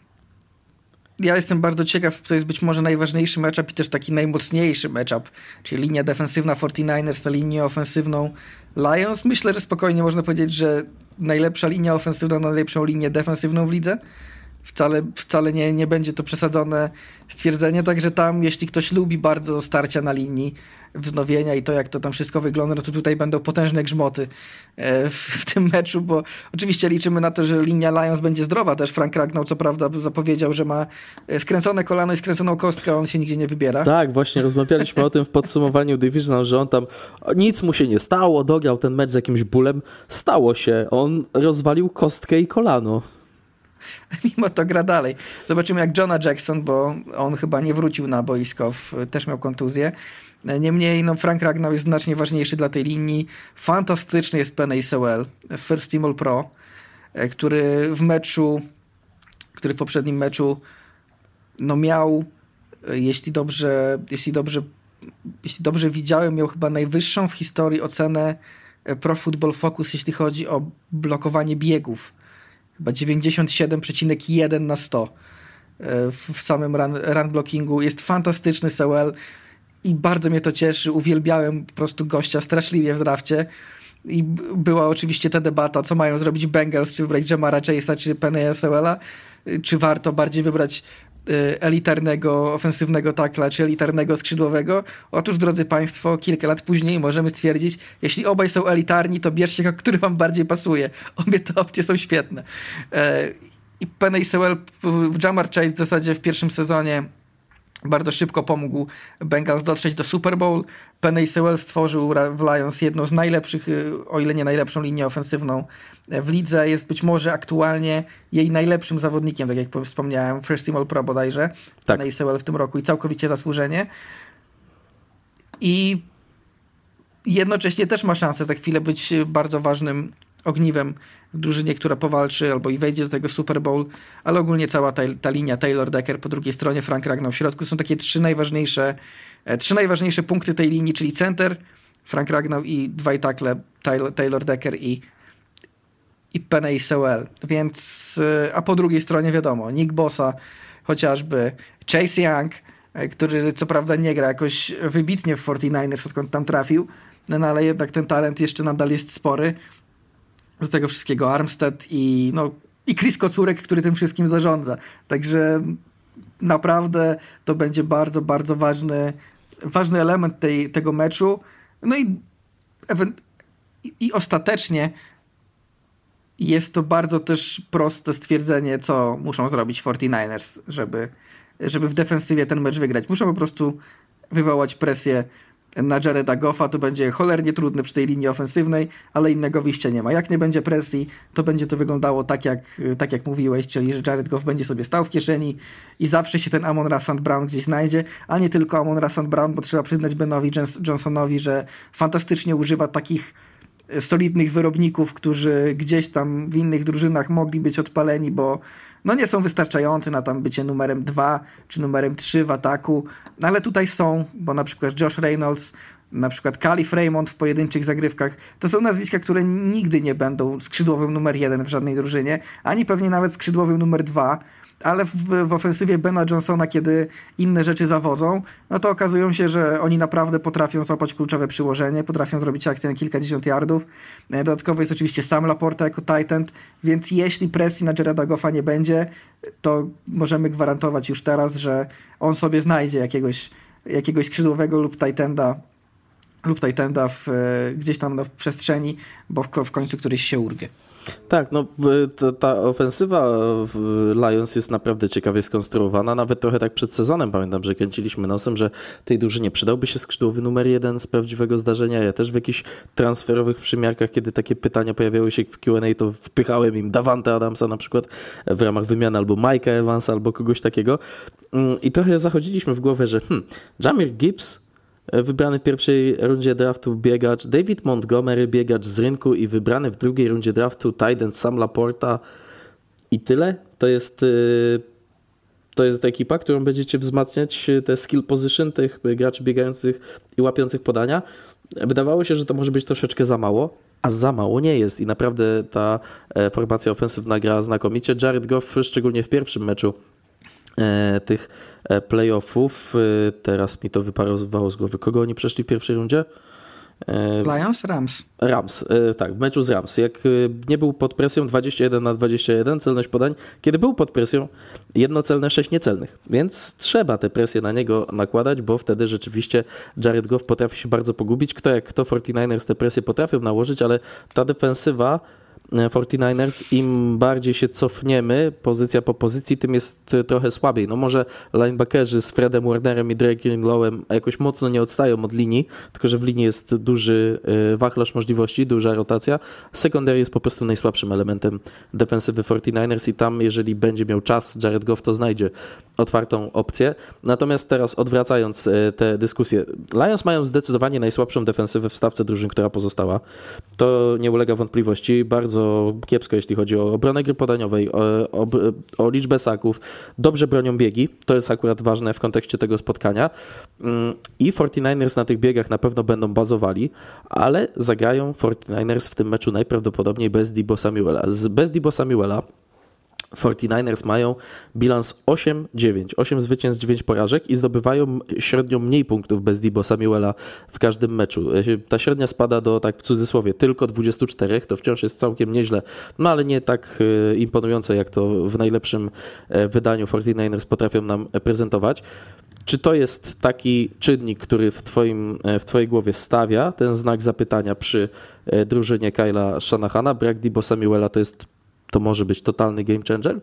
ja jestem bardzo ciekaw, to jest być może najważniejszy matchup i też taki najmocniejszy matchup, czyli linia defensywna czterdzieści dziewięć na linię ofensywną Lions. Myślę, że spokojnie można powiedzieć, że najlepsza linia ofensywna na najlepszą linię defensywną w lidze. Wcale, wcale nie, nie będzie to przesadzone stwierdzenie, także tam jeśli ktoś lubi bardzo starcia na linii, wznowienia i to jak to tam wszystko wygląda, no to tutaj będą potężne grzmoty w, w tym meczu, bo oczywiście liczymy na to, że linia Lions będzie zdrowa. Też Frank Ragnow co prawda zapowiedział, że ma skręcone kolano i skręconą kostkę, a on się nigdzie nie wybiera. Tak, właśnie rozmawialiśmy o tym w podsumowaniu Division, że on tam nic mu się nie stało, dograł ten mecz z jakimś bólem. Stało się, on rozwalił kostkę i kolano. Mimo to gra dalej. Zobaczymy jak Jonah Jackson, bo on chyba nie wrócił na boisko, też miał kontuzję. Niemniej no, Frank Ragnow jest znacznie ważniejszy dla tej linii. Fantastyczny jest Penei Sewell, First Team All Pro, który w meczu, który w poprzednim meczu no miał, jeśli dobrze, jeśli dobrze, jeśli dobrze widziałem, miał chyba najwyższą w historii ocenę Pro Football Focus, jeśli chodzi o blokowanie biegów. Chyba dziewięćdziesiąt siedem przecinek jeden na sto w samym run, run blockingu. Jest fantastyczny Sewell i bardzo mnie to cieszy. Uwielbiałem po prostu gościa straszliwie w drafcie. I była oczywiście ta debata, co mają zrobić Bengals, czy wybrać Jamara Chase'a, czy Penei Sewella, czy warto bardziej wybrać elitarnego ofensywnego tackla, czy elitarnego skrzydłowego. Otóż, drodzy Państwo, kilka lat później możemy stwierdzić, jeśli obaj są elitarni, to bierzcie, który Wam bardziej pasuje. Obie te opcje są świetne. I Penei Sewell, Jamar Chase w zasadzie w pierwszym sezonie bardzo szybko pomógł Bengals dotrzeć do Super Bowl. Penei Sewell stworzył w Lions jedną z najlepszych, o ile nie najlepszą linię ofensywną w lidze. Jest być może aktualnie jej najlepszym zawodnikiem, tak jak wspomniałem, First Team All Pro bodajże. Tak. Penei Sewell w tym roku i całkowicie zasłużenie. I jednocześnie też ma szansę za chwilę być bardzo ważnym ogniwem w drużynie, która powalczy albo i wejdzie do tego Super Bowl, ale ogólnie cała ta, ta linia Taylor Decker po drugiej stronie, Frank Ragnow w środku, są takie trzy najważniejsze trzy najważniejsze punkty tej linii, czyli center, Frank Ragnow i dwaj tackle Taylor, Taylor Decker i i Penei Sewell, więc a po drugiej stronie wiadomo, Nick Bosa chociażby, Chase Young, który co prawda nie gra jakoś wybitnie w czterdzieści dziewięć, odkąd tam trafił, no ale jednak ten talent jeszcze nadal jest spory. Do tego wszystkiego Armstead i no, i Chris Kocurek, który tym wszystkim zarządza. Także naprawdę to będzie bardzo, bardzo ważny, ważny element tej, tego meczu. No i, i, i ostatecznie jest to bardzo też proste stwierdzenie, co muszą zrobić czterdziesty dziewięters, żeby, żeby w defensywie ten mecz wygrać. Muszą po prostu wywołać presję na Jareda Goffa. To będzie cholernie trudne przy tej linii ofensywnej, ale innego wyjścia nie ma. Jak nie będzie presji, to będzie to wyglądało tak jak, tak jak mówiłeś, czyli że Jared Goff będzie sobie stał w kieszeni i zawsze się ten Amon-Ra Saint Brown gdzieś znajdzie, a nie tylko Amon-Ra Saint Brown, bo trzeba przyznać Benowi Johnsonowi, że fantastycznie używa takich solidnych wyrobników, którzy gdzieś tam w innych drużynach mogli być odpaleni, bo no nie są wystarczający na tam bycie numerem dwa czy numerem trzy w ataku, no ale tutaj są, bo na przykład Josh Reynolds, na przykład Kalif Raymond w pojedynczych zagrywkach, to są nazwiska, które nigdy nie będą skrzydłowym numer jeden w żadnej drużynie, ani pewnie nawet skrzydłowym numer dwa, ale w, w ofensywie Bena Johnsona, kiedy inne rzeczy zawodzą, no to okazują się, że oni naprawdę potrafią złapać kluczowe przyłożenie, potrafią zrobić akcję na kilkadziesiąt yardów. Dodatkowo jest oczywiście sam Laporta jako tight end, więc jeśli presji na Jareda Goffa nie będzie, to możemy gwarantować już teraz, że on sobie znajdzie jakiegoś, jakiegoś skrzydłowego lub tight enda, lub tight enda w, gdzieś tam w przestrzeni, bo w, w końcu któryś się urwie. Tak, no ta, ta ofensywa w Lions jest naprawdę ciekawie skonstruowana, nawet trochę tak przed sezonem pamiętam, że kręciliśmy nosem, że tej drużynie przydałby się skrzydłowy numer jeden z prawdziwego zdarzenia. Ja też w jakichś transferowych przymiarkach, kiedy takie pytania pojawiały się w Q and A, to wpychałem im Davante Adamsa na przykład w ramach wymiany, albo Mike'a Evansa, albo kogoś takiego i trochę zachodziliśmy w głowę, że hmm, Jahmyr Gibbs wybrany w pierwszej rundzie draftu biegacz, David Montgomery biegacz z rynku i wybrany w drugiej rundzie draftu tight end Sam Laporta i tyle. To jest, to jest ekipa, którą będziecie wzmacniać te skill position tych graczy biegających i łapiących podania. Wydawało się, że to może być troszeczkę za mało, a za mało nie jest i naprawdę ta formacja ofensywna gra znakomicie. Jared Goff szczególnie w pierwszym meczu tych playoffów. Teraz mi to wyparowało z głowy. Kogo oni przeszli w pierwszej rundzie? Lions? Rams. Rams, tak, w meczu z Rams. Jak nie był pod presją dwadzieścia jeden na dwadzieścia jeden, celność podań. Kiedy był pod presją, jedno celne, sześć niecelnych. Więc trzeba tę presję na niego nakładać, bo wtedy rzeczywiście Jared Goff potrafi się bardzo pogubić. Kto jak kto, czterdziesty tę presję potrafią nałożyć, ale ta defensywa czterdziesty im bardziej się cofniemy, pozycja po pozycji, tym jest trochę słabiej. No może linebackerzy z Fredem Warnerem i Drake Greenlowem jakoś mocno nie odstają od linii, tylko że w linii jest duży wachlarz możliwości, duża rotacja. Secondary jest po prostu najsłabszym elementem defensywy czterdziesty i tam, jeżeli będzie miał czas, Jared Goff to znajdzie otwartą opcję. Natomiast teraz odwracając tę dyskusję, Lions mają zdecydowanie najsłabszą defensywę w stawce drużyn, która pozostała. To nie ulega wątpliwości. Bardzo kiepsko, jeśli chodzi o obronę gry podaniowej, o, o, o liczbę saków. Dobrze bronią biegi. To jest akurat ważne w kontekście tego spotkania. I czterdziesty na tych biegach na pewno będą bazowali, ale zagrają czterdziesty w tym meczu najprawdopodobniej bez Deebo Samuela. Z, bez Deebo Samuela czterdziesty mają bilans osiem dziewięć, osiem zwycięstw, dziewięć porażek i zdobywają średnio mniej punktów bez Deebo Samuela w każdym meczu. Ta średnia spada do, tak w cudzysłowie, tylko dwadzieścia cztery, to wciąż jest całkiem nieźle, no ale nie tak imponujące, jak to w najlepszym wydaniu czterdziesty potrafią nam prezentować. Czy to jest taki czynnik, który w, twoim, w twojej głowie stawia ten znak zapytania przy drużynie Kyla Shanahana? Brak Deebo Samuela to jest to może być totalny game changer?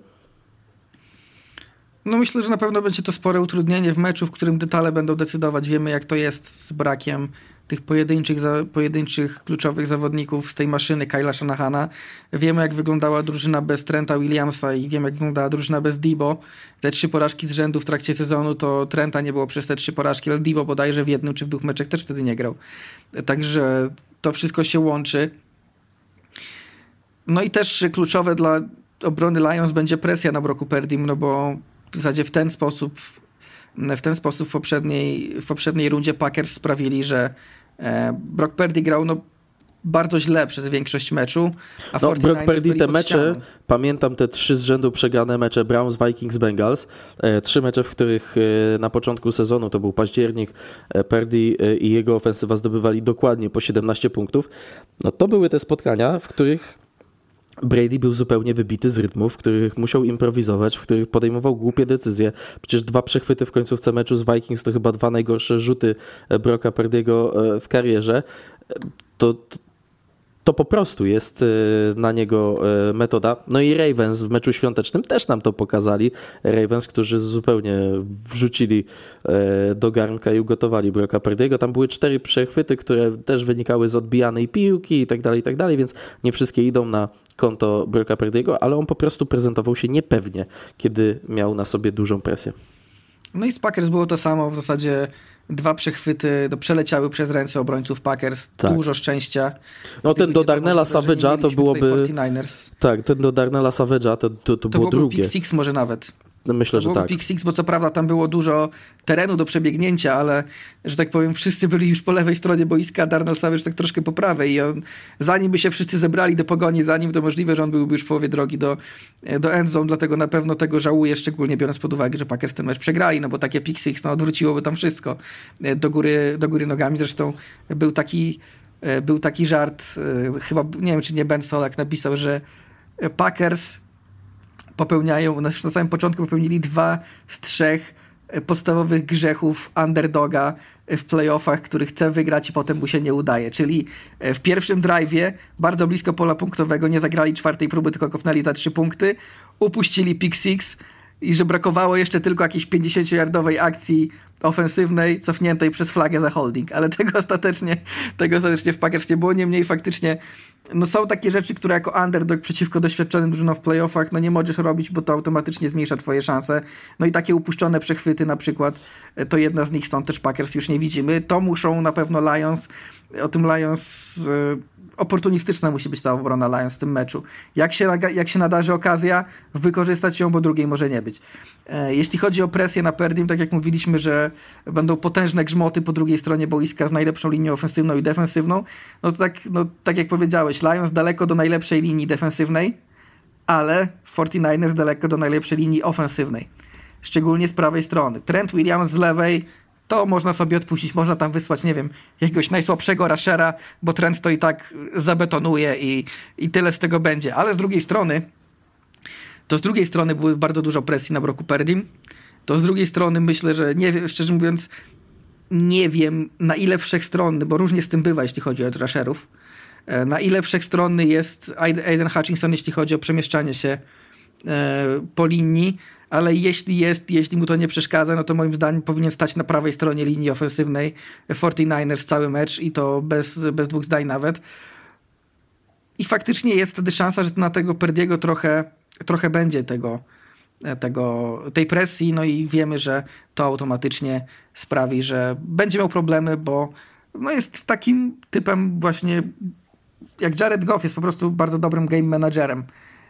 No myślę, że na pewno będzie to spore utrudnienie w meczu, w którym detale będą decydować. Wiemy, jak to jest z brakiem tych pojedynczych, pojedynczych kluczowych zawodników z tej maszyny Kyla Shanahana. Wiemy, jak wyglądała drużyna bez Trenta Williamsa i wiemy, jak wyglądała drużyna bez Deebo. Te trzy porażki z rzędu w trakcie sezonu, to Trenta nie było przez te trzy porażki, ale Deebo bodajże w jednym czy w dwóch meczach też wtedy nie grał. Także to wszystko się łączy. No i też kluczowe dla obrony Lions będzie presja na Brocku Purdym, no bo w zasadzie w ten sposób w ten sposób w poprzedniej, w poprzedniej rundzie Packers sprawili, że Brock Purdy grał no bardzo źle przez większość meczu. A no, Brock Purdy te mecze, pamiętam te trzy z rzędu przegrane mecze Browns, Vikings, Bengals. E, trzy mecze, w których e, na początku sezonu, to był październik, e, Purdy e, i jego ofensywa zdobywali dokładnie po siedemnaście punktów. No to były te spotkania, w których Brady był zupełnie wybity z rytmów, w których musiał improwizować, w których podejmował głupie decyzje. Przecież dwa przechwyty w końcówce meczu z Vikings to chyba dwa najgorsze rzuty Brocka Purdy'ego w karierze. To, to, to po prostu jest na niego metoda. No i Ravens w meczu świątecznym też nam to pokazali. Ravens, którzy zupełnie wrzucili do garnka i ugotowali Brocka Purdy'ego. Tam były cztery przechwyty, które też wynikały z odbijanej piłki i tak dalej, i tak dalej, więc nie wszystkie idą na konto Brocka Purdy'ego, ale on po prostu prezentował się niepewnie, kiedy miał na sobie dużą presję. No i z Packers było to samo, w zasadzie dwa przechwyty no, przeleciały przez ręce obrońców Packers, tak. Dużo szczęścia. No ten do Darnella Savage'a to byłoby... Tak, ten do Darnella Savage'a to, to, to, to było drugie. To pick six może nawet. Myślę, że tak. Pick six, bo co prawda tam było dużo terenu do przebiegnięcia, ale, że tak powiem, wszyscy byli już po lewej stronie boiska, Darnell Savage tak troszkę po prawej i on, zanim by się wszyscy zebrali do pogoni, zanim to możliwe, że on byłby już w połowie drogi do, do endzone, dlatego na pewno tego żałuję, szczególnie biorąc pod uwagę, że Packers ten mecz przegrali, no bo takie pick six, no odwróciłoby tam wszystko do góry, do góry nogami. Zresztą był taki, był taki żart, chyba, nie wiem, czy nie Ben Solak napisał, że Packers popełniają, na samym początku popełnili dwa z trzech podstawowych grzechów underdoga w playoffach, który chce wygrać i potem mu się nie udaje. Czyli w pierwszym drive'ie, bardzo blisko pola punktowego, nie zagrali czwartej próby, tylko kopnęli za trzy punkty, upuścili pick six i że brakowało jeszcze tylko jakiejś pięćdziesięciojardowej akcji ofensywnej, cofniętej przez flagę za holding, ale tego ostatecznie, tego ostatecznie w Packers nie było. Niemniej faktycznie no są takie rzeczy, które jako underdog przeciwko doświadczonym drużynom w playoffach no nie możesz robić, bo to automatycznie zmniejsza twoje szanse. No i takie upuszczone przechwyty na przykład, to jedna z nich, stąd też Packers już nie widzimy. To muszą na pewno Lions, o tym Lions yy, oportunistyczna musi być ta obrona Lions w tym meczu. Jak się, jak się nadarzy okazja, wykorzystać ją, bo drugiej może nie być. E, jeśli chodzi o presję na Purdym, tak jak mówiliśmy, że będą potężne grzmoty po drugiej stronie boiska z najlepszą linią ofensywną i defensywną, no to tak, no, tak jak powiedziałeś, Lions daleko do najlepszej linii defensywnej, ale forty-niners daleko do najlepszej linii ofensywnej. Szczególnie z prawej strony. Trent Williams z lewej, to można sobie odpuścić, można tam wysłać, nie wiem, jakiegoś najsłabszego rushera, bo Trent to i tak zabetonuje i, i tyle z tego będzie. Ale z drugiej strony, to z drugiej strony było bardzo dużo presji na Brocku Purdym, to z drugiej strony myślę, że nie wiem, szczerze mówiąc, nie wiem na ile wszechstronny, bo różnie z tym bywa, jeśli chodzi o rusherów, na ile wszechstronny jest Aiden Hutchinson, jeśli chodzi o przemieszczanie się po linii, ale jeśli jest, jeśli mu to nie przeszkadza, no to moim zdaniem powinien stać na prawej stronie linii ofensywnej forty-niners cały mecz i to bez, bez dwóch zdań nawet. I faktycznie jest wtedy szansa, że na tego Purdy'ego trochę, trochę będzie tego, tego, tej presji, no i wiemy, że to automatycznie sprawi, że będzie miał problemy, bo no jest takim typem właśnie, jak Jared Goff jest po prostu bardzo dobrym game managerem.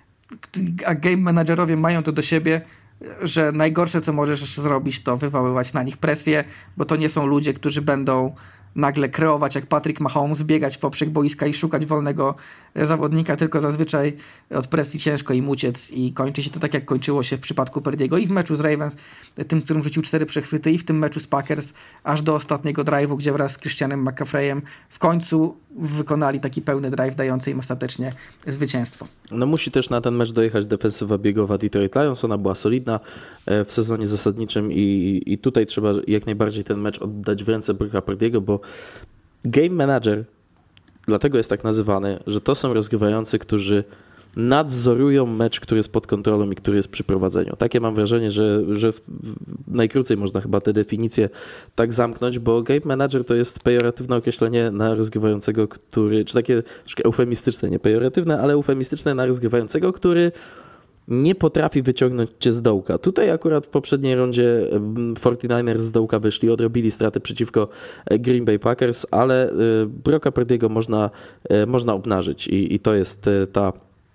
A game managerowie mają to do siebie, że najgorsze, co możesz zrobić, to wywoływać na nich presję, bo to nie są ludzie, którzy będą nagle kreować jak Patrick Mahomes, biegać w poprzek boiska i szukać wolnego zawodnika, tylko zazwyczaj od presji ciężko im uciec i kończy się to tak, jak kończyło się w przypadku Purdy'ego i w meczu z Ravens, tym, którym rzucił cztery przechwyty, i w tym meczu z Packers, aż do ostatniego drive'u, gdzie wraz z Christianem McCaffreyem w końcu wykonali taki pełny drive, dający im ostatecznie zwycięstwo. No musi też na ten mecz dojechać defensywa biegowa Detroit Lions, ona była solidna w sezonie zasadniczym i, i tutaj trzeba jak najbardziej ten mecz oddać w ręce Brocka Purdy'ego, bo game manager dlatego jest tak nazywany, że to są rozgrywający, którzy nadzorują mecz, który jest pod kontrolą i który jest przy prowadzeniu. Takie mam wrażenie, że, że w, w, najkrócej można chyba tę definicję tak zamknąć, bo game manager to jest pejoratywne określenie na rozgrywającego, który, czy takie troszkę eufemistyczne, nie pejoratywne, ale eufemistyczne na rozgrywającego, który nie potrafi wyciągnąć cię z dołka. Tutaj akurat w poprzedniej rundzie forty-niners z dołka wyszli, odrobili straty przeciwko Green Bay Packers, ale Brocka Purdy'ego można, można obnażyć i, i to jest ta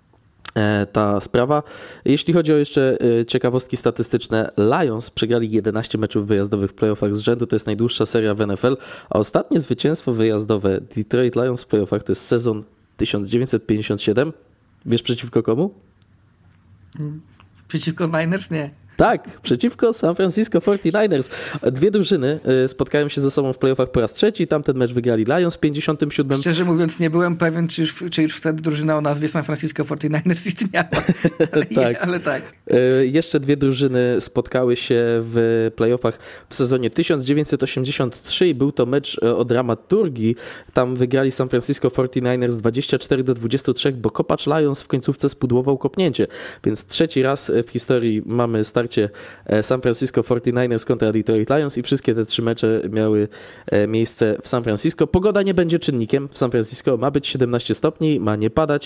ta sprawa. Jeśli chodzi o jeszcze ciekawostki statystyczne, Lions przegrali jedenaście meczów wyjazdowych w playoffach z rzędu, to jest najdłuższa seria w N F L, a ostatnie zwycięstwo wyjazdowe Detroit Lions w playoffach to jest sezon tysiąc dziewięćset pięćdziesiąt siedem. Wiesz przeciwko komu? Przeciwko Niners? Nie. Tak, przeciwko San Francisco forty-niners. Dwie drużyny spotkają się ze sobą w playoffach po raz trzeci. Tamten mecz wygrali Lions w pięćdziesiątym siódmym. Szczerze mówiąc, nie byłem pewien, czy już, czy już wtedy drużyna o nazwie San Francisco forty-niners istniała. Ale tak. Ale tak. Jeszcze dwie drużyny spotkały się w playoffach w sezonie tysiąc dziewięćset osiemdziesiąt trzy i był to mecz o dramaturgii. Tam wygrali San Francisco forty-niners dwadzieścia cztery do dwudziestu trzech, bo kopacz Lions w końcówce spudłował kopnięcie. Więc trzeci raz w historii mamy starcie San Francisco forty-niners kontra Detroit Lions i wszystkie te trzy mecze miały miejsce w San Francisco. Pogoda nie będzie czynnikiem w San Francisco, ma być siedemnaście stopni, ma nie padać,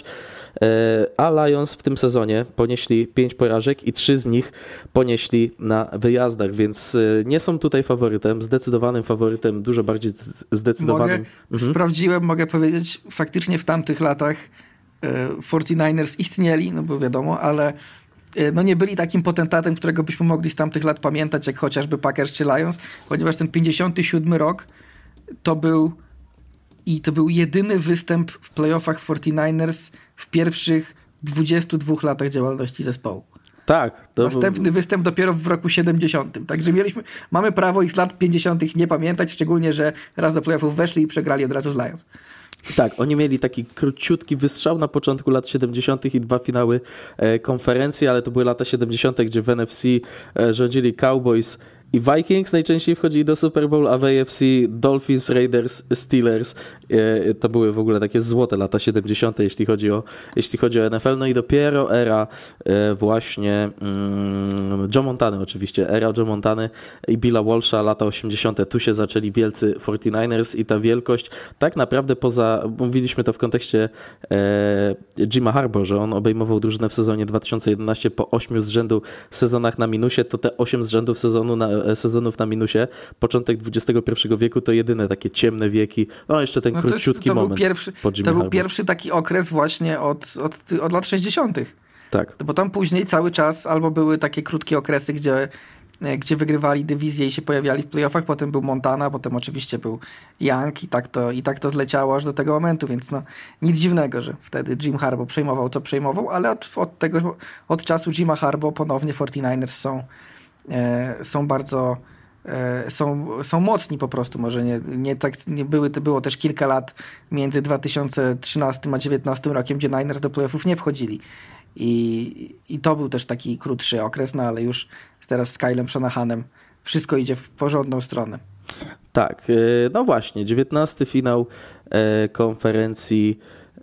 a Lions w tym sezonie ponieśli pięć porażek i trzy z nich ponieśli na wyjazdach, więc nie są tutaj faworytem, zdecydowanym faworytem, dużo bardziej zdecydowanym. Mogę, mhm. Sprawdziłem, mogę powiedzieć, faktycznie w tamtych latach forty-niners istnieli, no bo wiadomo, ale no nie byli takim potentatem, którego byśmy mogli z tamtych lat pamiętać, jak chociażby Packers czy Lions, ponieważ ten pięćdziesiąty siódmy rok to był i to był jedyny występ w playoffach forty-niners w pierwszych dwudziestu dwóch latach działalności zespołu. Tak. To Następny był... występ dopiero w roku siedemdziesiątym. Także mieliśmy, mamy prawo ich z lat pięćdziesiątych nie pamiętać, szczególnie, że raz do playoffów weszli i przegrali od razu z Lions. Tak, oni mieli taki króciutki wystrzał na początku lat siedemdziesiątych i dwa finały e, konferencji, ale to były lata siedemdziesiąte, gdzie w N F C e, rządzili Cowboys i Vikings, najczęściej wchodzili do Super Bowl, a w A F C Dolphins, Raiders, Steelers. E, to były w ogóle takie złote lata siedemdziesiąte, jeśli chodzi o, jeśli chodzi o N F L. No i dopiero era e, właśnie mm, Joe Montany oczywiście, era Joe Montany i Billa Walsha, lata osiemdziesiąte. Tu się zaczęli wielcy forty-niners i ta wielkość tak naprawdę poza, mówiliśmy to w kontekście e, Jima Harbaugh, że on obejmował drużynę w sezonie dwa tysiące jedenastym po ośmiu z rzędu sezonach na minusie, to te osiem z rzędu sezonu na sezonów na minusie, początek dwudziestego pierwszego wieku to jedyne takie ciemne wieki, no jeszcze ten no króciutki to, to moment. Był pierwszy, to był Harbaugh. pierwszy taki okres właśnie od, od, od lat sześćdziesiątych. Tak. Bo tam później cały czas albo były takie krótkie okresy, gdzie, gdzie wygrywali dywizję i się pojawiali w playoffach, potem był Montana, potem oczywiście był Young i tak to, i tak to zleciało aż do tego momentu, więc no nic dziwnego, że wtedy Jim Harbaugh przejmował co przejmował, ale od, od tego, od czasu Jima Harbaugh ponownie forty-niners są są bardzo są, są mocni po prostu, może nie, nie tak nie były, to było też kilka lat między dwa tysiące trzynastym a dziewiętnastym rokiem, gdzie Niners do playoffów nie wchodzili i, i to był też taki krótszy okres, no ale już teraz z Kylem Shanahanem wszystko idzie w porządną stronę. Tak, no właśnie, dziewiętnasty finał konferencji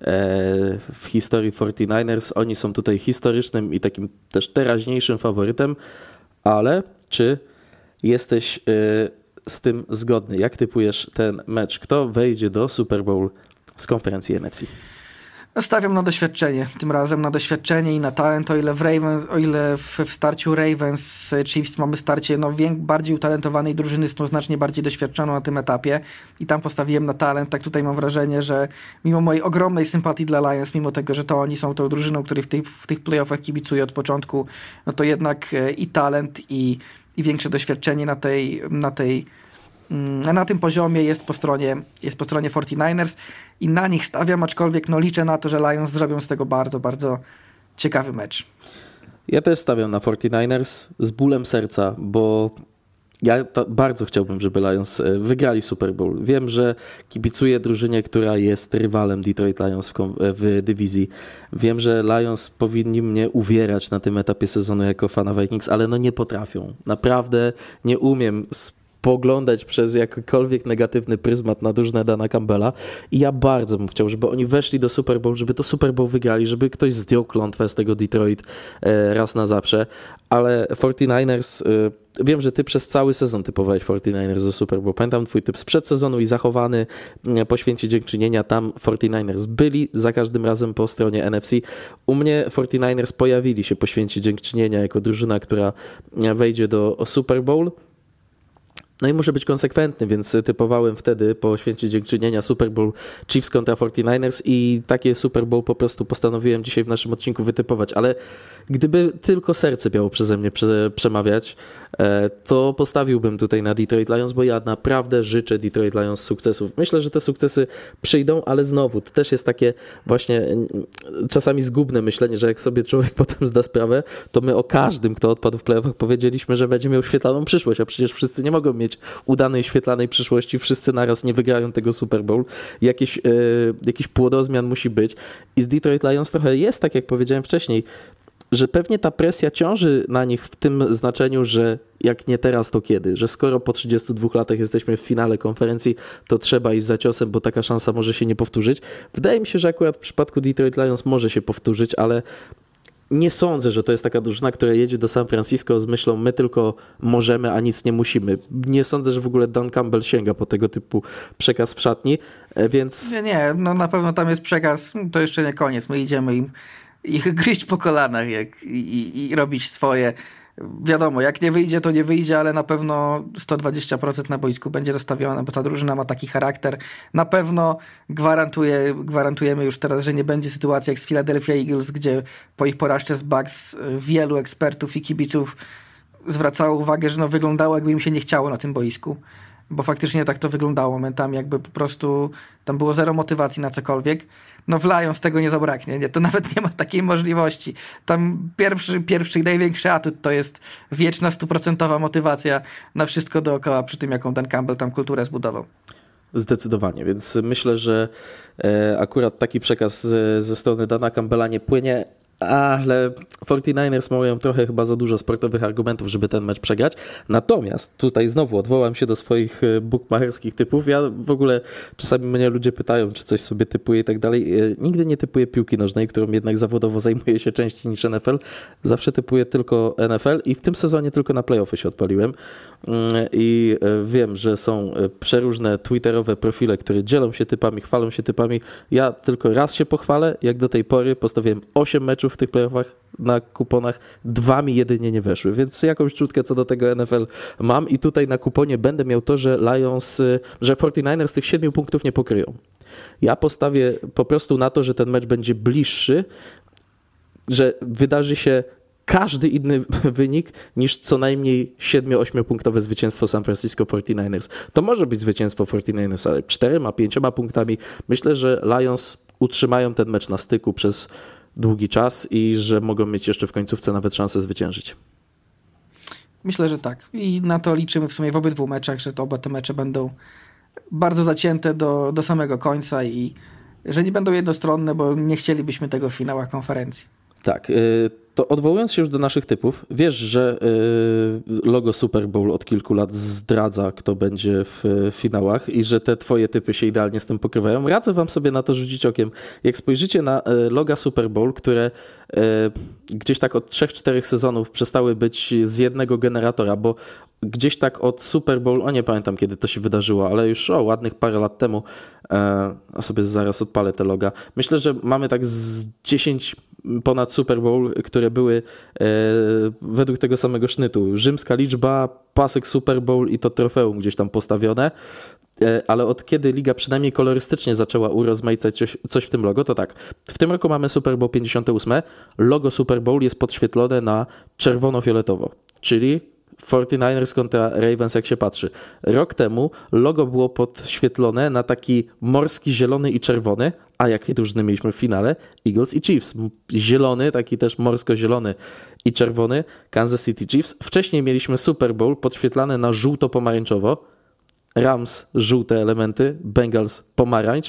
w historii forty-niners, oni są tutaj historycznym i takim też teraźniejszym faworytem. Ale czy jesteś y, z tym zgodny? Jak typujesz ten mecz? Kto wejdzie do Super Bowl z konferencji N F C? Stawiam na doświadczenie. Tym razem na doświadczenie i na talent. O ile w Ravens, o ile w, w starciu Ravens Chiefs mamy starcie no, bardziej utalentowanej drużyny z tą znacznie bardziej doświadczoną na tym etapie i tam postawiłem na talent. Tak tutaj mam wrażenie, że mimo mojej ogromnej sympatii dla Lions, mimo tego, że to oni są tą drużyną, której w, tej, w tych playoffach kibicuję od początku, no to jednak i talent i, i większe doświadczenie na tej, na tej na tym poziomie jest po stronie, jest po stronie forty-niners i na nich stawiam, aczkolwiek no liczę na to, że Lions zrobią z tego bardzo, bardzo ciekawy mecz. Ja też stawiam na forty-niners z bólem serca, bo ja to bardzo chciałbym, żeby Lions wygrali Super Bowl. Wiem, że kibicuję drużynie, która jest rywalem Detroit Lions w, w dywizji. Wiem, że Lions powinni mnie uwierać na tym etapie sezonu jako fana Vikings, ale no nie potrafią. Naprawdę nie umiem poglądać przez jakikolwiek negatywny pryzmat na drużynę Dana Campbella i ja bardzo bym chciał, żeby oni weszli do Super Bowl, żeby to Super Bowl wygrali, żeby ktoś zdjął klątwę z tego Detroit e, raz na zawsze, ale forty-niners, e, wiem, że ty przez cały sezon typowałeś forty-niners do Super Bowl, pamiętam twój typ sprzed sezonu i zachowany e, po święcie dziękczynienia, tam forty-niners byli za każdym razem po stronie N F C. U mnie forty-niners pojawili się po święcie dziękczynienia jako drużyna, która wejdzie do Super Bowl. No i muszę być konsekwentny, więc typowałem wtedy po święcie dziękczynienia Super Bowl Chiefs kontra forty-niners i takie Super Bowl po prostu postanowiłem dzisiaj w naszym odcinku wytypować, ale gdyby tylko serce miało przeze mnie prze, przemawiać, to postawiłbym tutaj na Detroit Lions, bo ja naprawdę życzę Detroit Lions sukcesów. Myślę, że te sukcesy przyjdą, ale znowu, to też jest takie właśnie czasami zgubne myślenie, że jak sobie człowiek potem zda sprawę, to my o każdym, kto odpadł w playoffach, powiedzieliśmy, że będzie miał świetlaną przyszłość, a przecież wszyscy nie mogą mieć udanej, świetlanej przyszłości, wszyscy naraz nie wygrają tego Super Bowl. Jakiś, yy, jakiś płodozmian musi być. I z Detroit Lions trochę jest, tak jak powiedziałem wcześniej, że pewnie ta presja ciąży na nich w tym znaczeniu, że jak nie teraz, to kiedy? Że skoro po trzydziestu dwóch latach jesteśmy w finale konferencji, to trzeba iść za ciosem, bo taka szansa może się nie powtórzyć. Wydaje mi się, że akurat w przypadku Detroit Lions może się powtórzyć, ale nie sądzę, że to jest taka drużyna, która jedzie do San Francisco z myślą, my tylko możemy, a nic nie musimy. Nie sądzę, że w ogóle Dan Campbell sięga po tego typu przekaz w szatni, więc... Nie, nie, no na pewno tam jest przekaz, to jeszcze nie koniec, my idziemy im ich gryźć po kolanach jak, i, i, i robić swoje. Wiadomo, jak nie wyjdzie, to nie wyjdzie, ale na pewno sto dwadzieścia procent na boisku będzie dostawione, bo ta drużyna ma taki charakter. Na pewno gwarantuje, gwarantujemy już teraz, że nie będzie sytuacji jak z Philadelphia Eagles, gdzie po ich porażce z Bucks wielu ekspertów i kibiców zwracało uwagę, że no wyglądało, jakby im się nie chciało na tym boisku. Bo faktycznie tak to wyglądało momentami, jakby po prostu tam było zero motywacji na cokolwiek. No w Lions tego nie zabraknie, nie? To nawet nie ma takiej możliwości. Tam pierwszy, pierwszy i największy atut to jest wieczna, stuprocentowa motywacja na wszystko dookoła, przy tym jaką Dan Campbell tam kulturę zbudował. Zdecydowanie, więc myślę, że e, akurat taki przekaz z, ze strony Dana Campbella nie płynie, ale forty-niners mają trochę chyba za dużo sportowych argumentów, żeby ten mecz przegrać. Natomiast tutaj znowu odwołam się do swoich bookmacherskich typów. Ja w ogóle czasami mnie ludzie pytają, czy coś sobie typuję i tak dalej. Nigdy nie typuję piłki nożnej, którą jednak zawodowo zajmuję się częściej niż N F L. Zawsze typuję tylko N F L i w tym sezonie tylko na playoffy się odpaliłem. I wiem, że są przeróżne twitterowe profile, które dzielą się typami, chwalą się typami. Ja tylko raz się pochwalę. Jak do tej pory postawiłem osiem meczów w tych playoffach na kuponach, dwa mi jedynie nie weszły, więc jakąś czutkę co do tego N F L mam i tutaj na kuponie będę miał to, że Lions, że forty-niners tych siedmiu punktów nie pokryją. Ja postawię po prostu na to, że ten mecz będzie bliższy, że wydarzy się każdy inny wynik niż co najmniej siedmiu-ośmiopunktowe zwycięstwo San Francisco forty-niners. To może być zwycięstwo forty-niners, ale czterema, pięcioma punktami. Myślę, że Lions utrzymają ten mecz na styku przez długi czas i że mogą mieć jeszcze w końcówce nawet szansę zwyciężyć. Myślę, że tak. I na to liczymy w sumie w obydwu meczach, że to oba te mecze będą bardzo zacięte do, do samego końca i że nie będą jednostronne, bo nie chcielibyśmy tego w finałach konferencji. Tak, to odwołując się już do naszych typów, wiesz, że logo Super Bowl od kilku lat zdradza, kto będzie w finałach i że te twoje typy się idealnie z tym pokrywają. Radzę wam sobie na to rzucić okiem. Jak spojrzycie na loga Super Bowl, które gdzieś tak od trzech czterech sezonów przestały być z jednego generatora, bo gdzieś tak od Super Bowl, o nie pamiętam kiedy to się wydarzyło, ale już o ładnych parę lat temu, a sobie zaraz odpalę te loga. Myślę, że mamy tak z dziesięć ponad Super Bowl, które były e, według tego samego sznytu. Rzymska liczba, pasek Super Bowl i to trofeum gdzieś tam postawione. E, ale od kiedy liga przynajmniej kolorystycznie zaczęła urozmaicać coś, coś w tym logo, to tak. W tym roku mamy Super Bowl pięćdziesiąty ósmy. Logo Super Bowl jest podświetlone na czerwono-fioletowo, czyli forty-niners kontra Ravens, jak się patrzy. Rok temu logo było podświetlone na taki morski zielony i czerwony, a jakie drużyny mieliśmy w finale? Eagles i Chiefs. Zielony, taki też morsko-zielony i czerwony, Kansas City Chiefs. Wcześniej mieliśmy Super Bowl podświetlany na żółto-pomarańczowo, Rams żółte elementy, Bengals pomarańcz,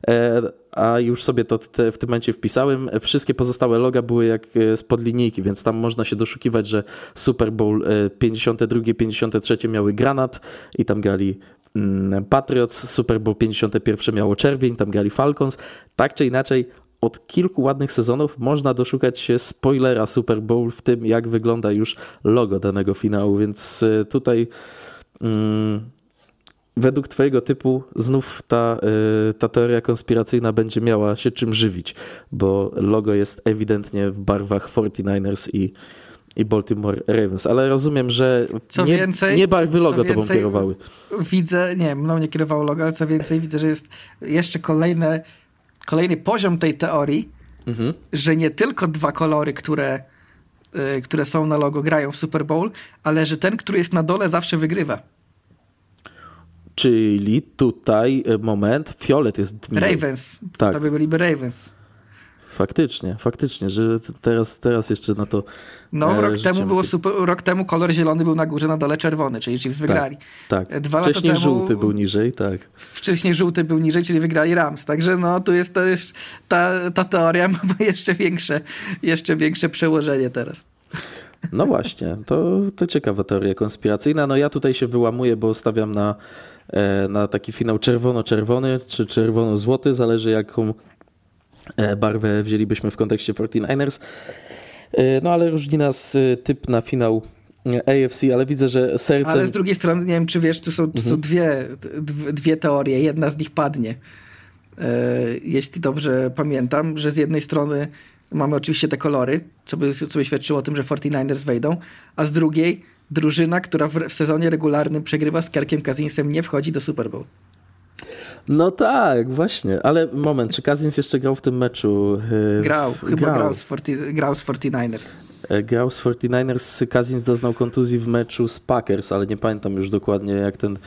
a już sobie to te, w tym momencie wpisałem. Wszystkie pozostałe loga były jak spod linijki, więc tam można się doszukiwać, że Super Bowl pięćdziesiąty drugi pięćdziesiąty trzeci miały granat i tam grali Patriots, Super Bowl pięćdziesiąty pierwszy miało czerwień, tam grali Falcons. Tak czy inaczej, od kilku ładnych sezonów można doszukać się spoilera Super Bowl w tym, jak wygląda już logo danego finału, więc tutaj mm, według twojego typu znów ta, ta teoria konspiracyjna będzie miała się czym żywić, bo logo jest ewidentnie w barwach forty-niners i, i Baltimore Ravens, ale rozumiem, że co nie, więcej, nie barwy logo tobą więcej, kierowały. Widzę, nie, mną nie kierowało logo, ale co więcej widzę, że jest jeszcze kolejne, kolejny poziom tej teorii, mhm. że nie tylko dwa kolory, które, y, które są na logo, grają w Super Bowl, ale że ten, który jest na dole, zawsze wygrywa. Czyli tutaj moment, fiolet jest niżej. Ravens, tak. To by byliby Ravens. Faktycznie, faktycznie, że teraz, teraz jeszcze na to... No, rok temu było super, rok temu kolor zielony był na górze, na dole czerwony, czyli Chiefs wygrali. Tak, tak. Dwa Wcześniej lata temu, żółty był niżej, tak. Wcześniej żółty był niżej, czyli wygrali Rams. Także no, tu jest też ta, ta teoria ma jeszcze większe, jeszcze większe przełożenie teraz. No właśnie, to, to ciekawa teoria konspiracyjna. No ja tutaj się wyłamuję, bo stawiam na, na taki finał czerwono-czerwony czy czerwono-złoty, zależy jaką barwę wzięlibyśmy w kontekście czternaście ers. No ale różni nas typ na finał A F C, ale widzę, że sercem... Ale z drugiej strony, nie wiem czy wiesz, tu są, tu mhm. są dwie, dwie teorie, jedna z nich padnie. Jeśli dobrze pamiętam, że z jednej strony mamy oczywiście te kolory, co by, co by świadczyło o tym, że czternaście ers wejdą, a z drugiej drużyna, która w, w sezonie regularnym przegrywa z Kirkiem Cousinsem, nie wchodzi do Super Bowl. No tak, właśnie, ale moment, czy Cousins jeszcze grał w tym meczu? Grał, chyba grał, grał z, grał z czternaście ers. Grał z czternaście ers, Cousins doznał kontuzji w meczu z Packers, ale nie pamiętam już dokładnie jak ten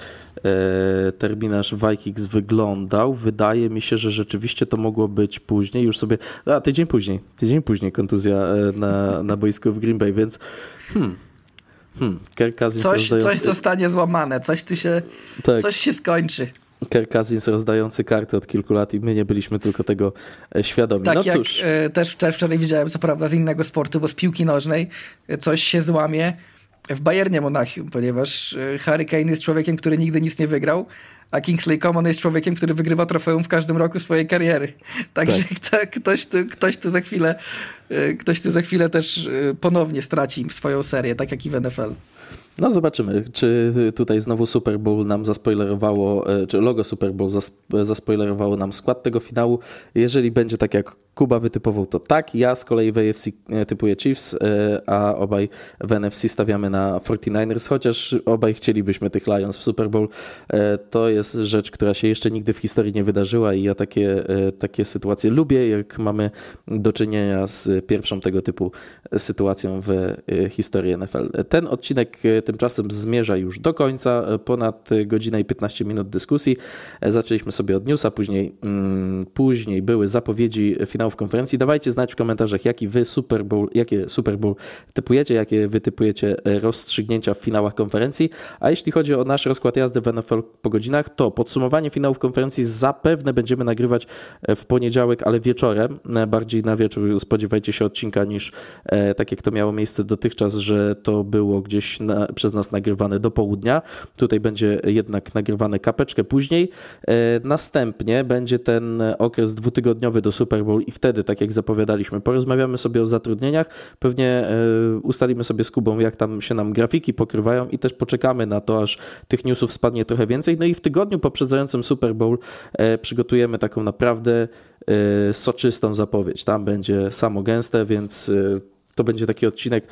e, terminarz Vikings wyglądał. Wydaje mi się, że rzeczywiście to mogło być później, już sobie, a tydzień później, tydzień później kontuzja na, na boisku w Green Bay, więc hmm, hmm Kirk Cousins coś, rozdający... coś zostanie złamane, coś tu się, tak. coś się skończy. Kirk Cousins rozdający karty od kilku lat i my nie byliśmy tylko tego świadomi. Tak, no jak cóż. e, też, też wczoraj widziałem, co prawda z innego sportu, bo z piłki nożnej coś się złamie w Bayernie Monachium, ponieważ Harry Kane jest człowiekiem, który nigdy nic nie wygrał, a Kingsley Coman jest człowiekiem, który wygrywa trofeum w każdym roku swojej kariery. Także tak. ktoś, tu, ktoś, tu za chwilę, ktoś tu za chwilę też ponownie straci swoją serię, tak jak i w N F L. No zobaczymy, czy tutaj znowu Super Bowl nam zaspoilerowało, czy logo Super Bowl zaspoilerowało nam skład tego finału. Jeżeli będzie tak jak Kuba wytypował, to tak. Ja z kolei w A F C typuję Chiefs, a obaj w N F C stawiamy na czternaście ers, chociaż obaj chcielibyśmy tych Lions w Super Bowl. To jest rzecz, która się jeszcze nigdy w historii nie wydarzyła i ja takie, takie sytuacje lubię, jak mamy do czynienia z pierwszą tego typu sytuacją w historii N F L. Ten odcinek tymczasem zmierza już do końca, ponad godzinę i piętnaście minut dyskusji. Zaczęliśmy sobie od newsa, później, mm, później były zapowiedzi finałów konferencji. Dawajcie znać w komentarzach, jaki wy Super Bowl, jakie Super Bowl typujecie, jakie wy typujecie rozstrzygnięcia w finałach konferencji. A jeśli chodzi o nasz rozkład jazdy w N F L po godzinach, to podsumowanie finałów konferencji zapewne będziemy nagrywać w poniedziałek, ale wieczorem. Bardziej na wieczór spodziewajcie się odcinka niż tak jak to miało miejsce dotychczas, że to było gdzieś na, przez nas nagrywane do południa. Tutaj będzie jednak nagrywane kapeczkę później. E, następnie będzie ten okres dwutygodniowy do Super Bowl i wtedy, tak jak zapowiadaliśmy, porozmawiamy sobie o zatrudnieniach. Pewnie e, ustalimy sobie z Kubą, jak tam się nam grafiki pokrywają i też poczekamy na to, aż tych newsów spadnie trochę więcej. No i w tygodniu poprzedzającym Super Bowl e, przygotujemy taką naprawdę e, soczystą zapowiedź. Tam będzie samo gęste, więc e, to będzie taki odcinek,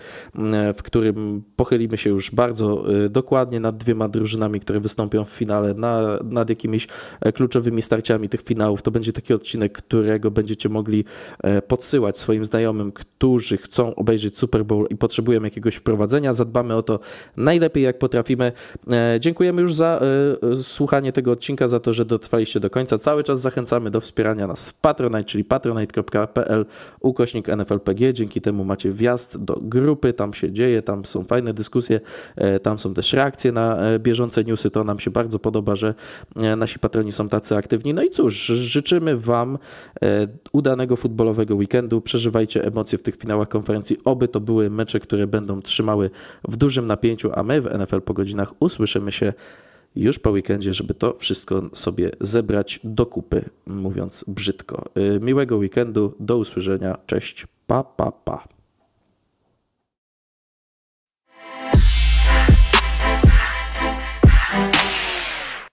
w którym pochylimy się już bardzo dokładnie nad dwiema drużynami, które wystąpią w finale, na, nad jakimiś kluczowymi starciami tych finałów. To będzie taki odcinek, którego będziecie mogli podsyłać swoim znajomym, którzy chcą obejrzeć Super Bowl i potrzebują jakiegoś wprowadzenia. Zadbamy o to najlepiej, jak potrafimy. Dziękujemy już za słuchanie tego odcinka, za to, że dotrwaliście do końca. Cały czas zachęcamy do wspierania nas w Patronite, czyli patronite kropka p l ukośnik N F L P G. Dzięki temu macie wjazd do grupy, tam się dzieje, tam są fajne dyskusje, tam są też reakcje na bieżące newsy, to nam się bardzo podoba, że nasi patroni są tacy aktywni. No i cóż, życzymy wam udanego futbolowego weekendu, przeżywajcie emocje w tych finałach konferencji, oby to były mecze, które będą trzymały w dużym napięciu, a my w N F L po godzinach usłyszymy się już po weekendzie, żeby to wszystko sobie zebrać do kupy, mówiąc brzydko. Miłego weekendu, do usłyszenia, cześć, pa, pa, pa.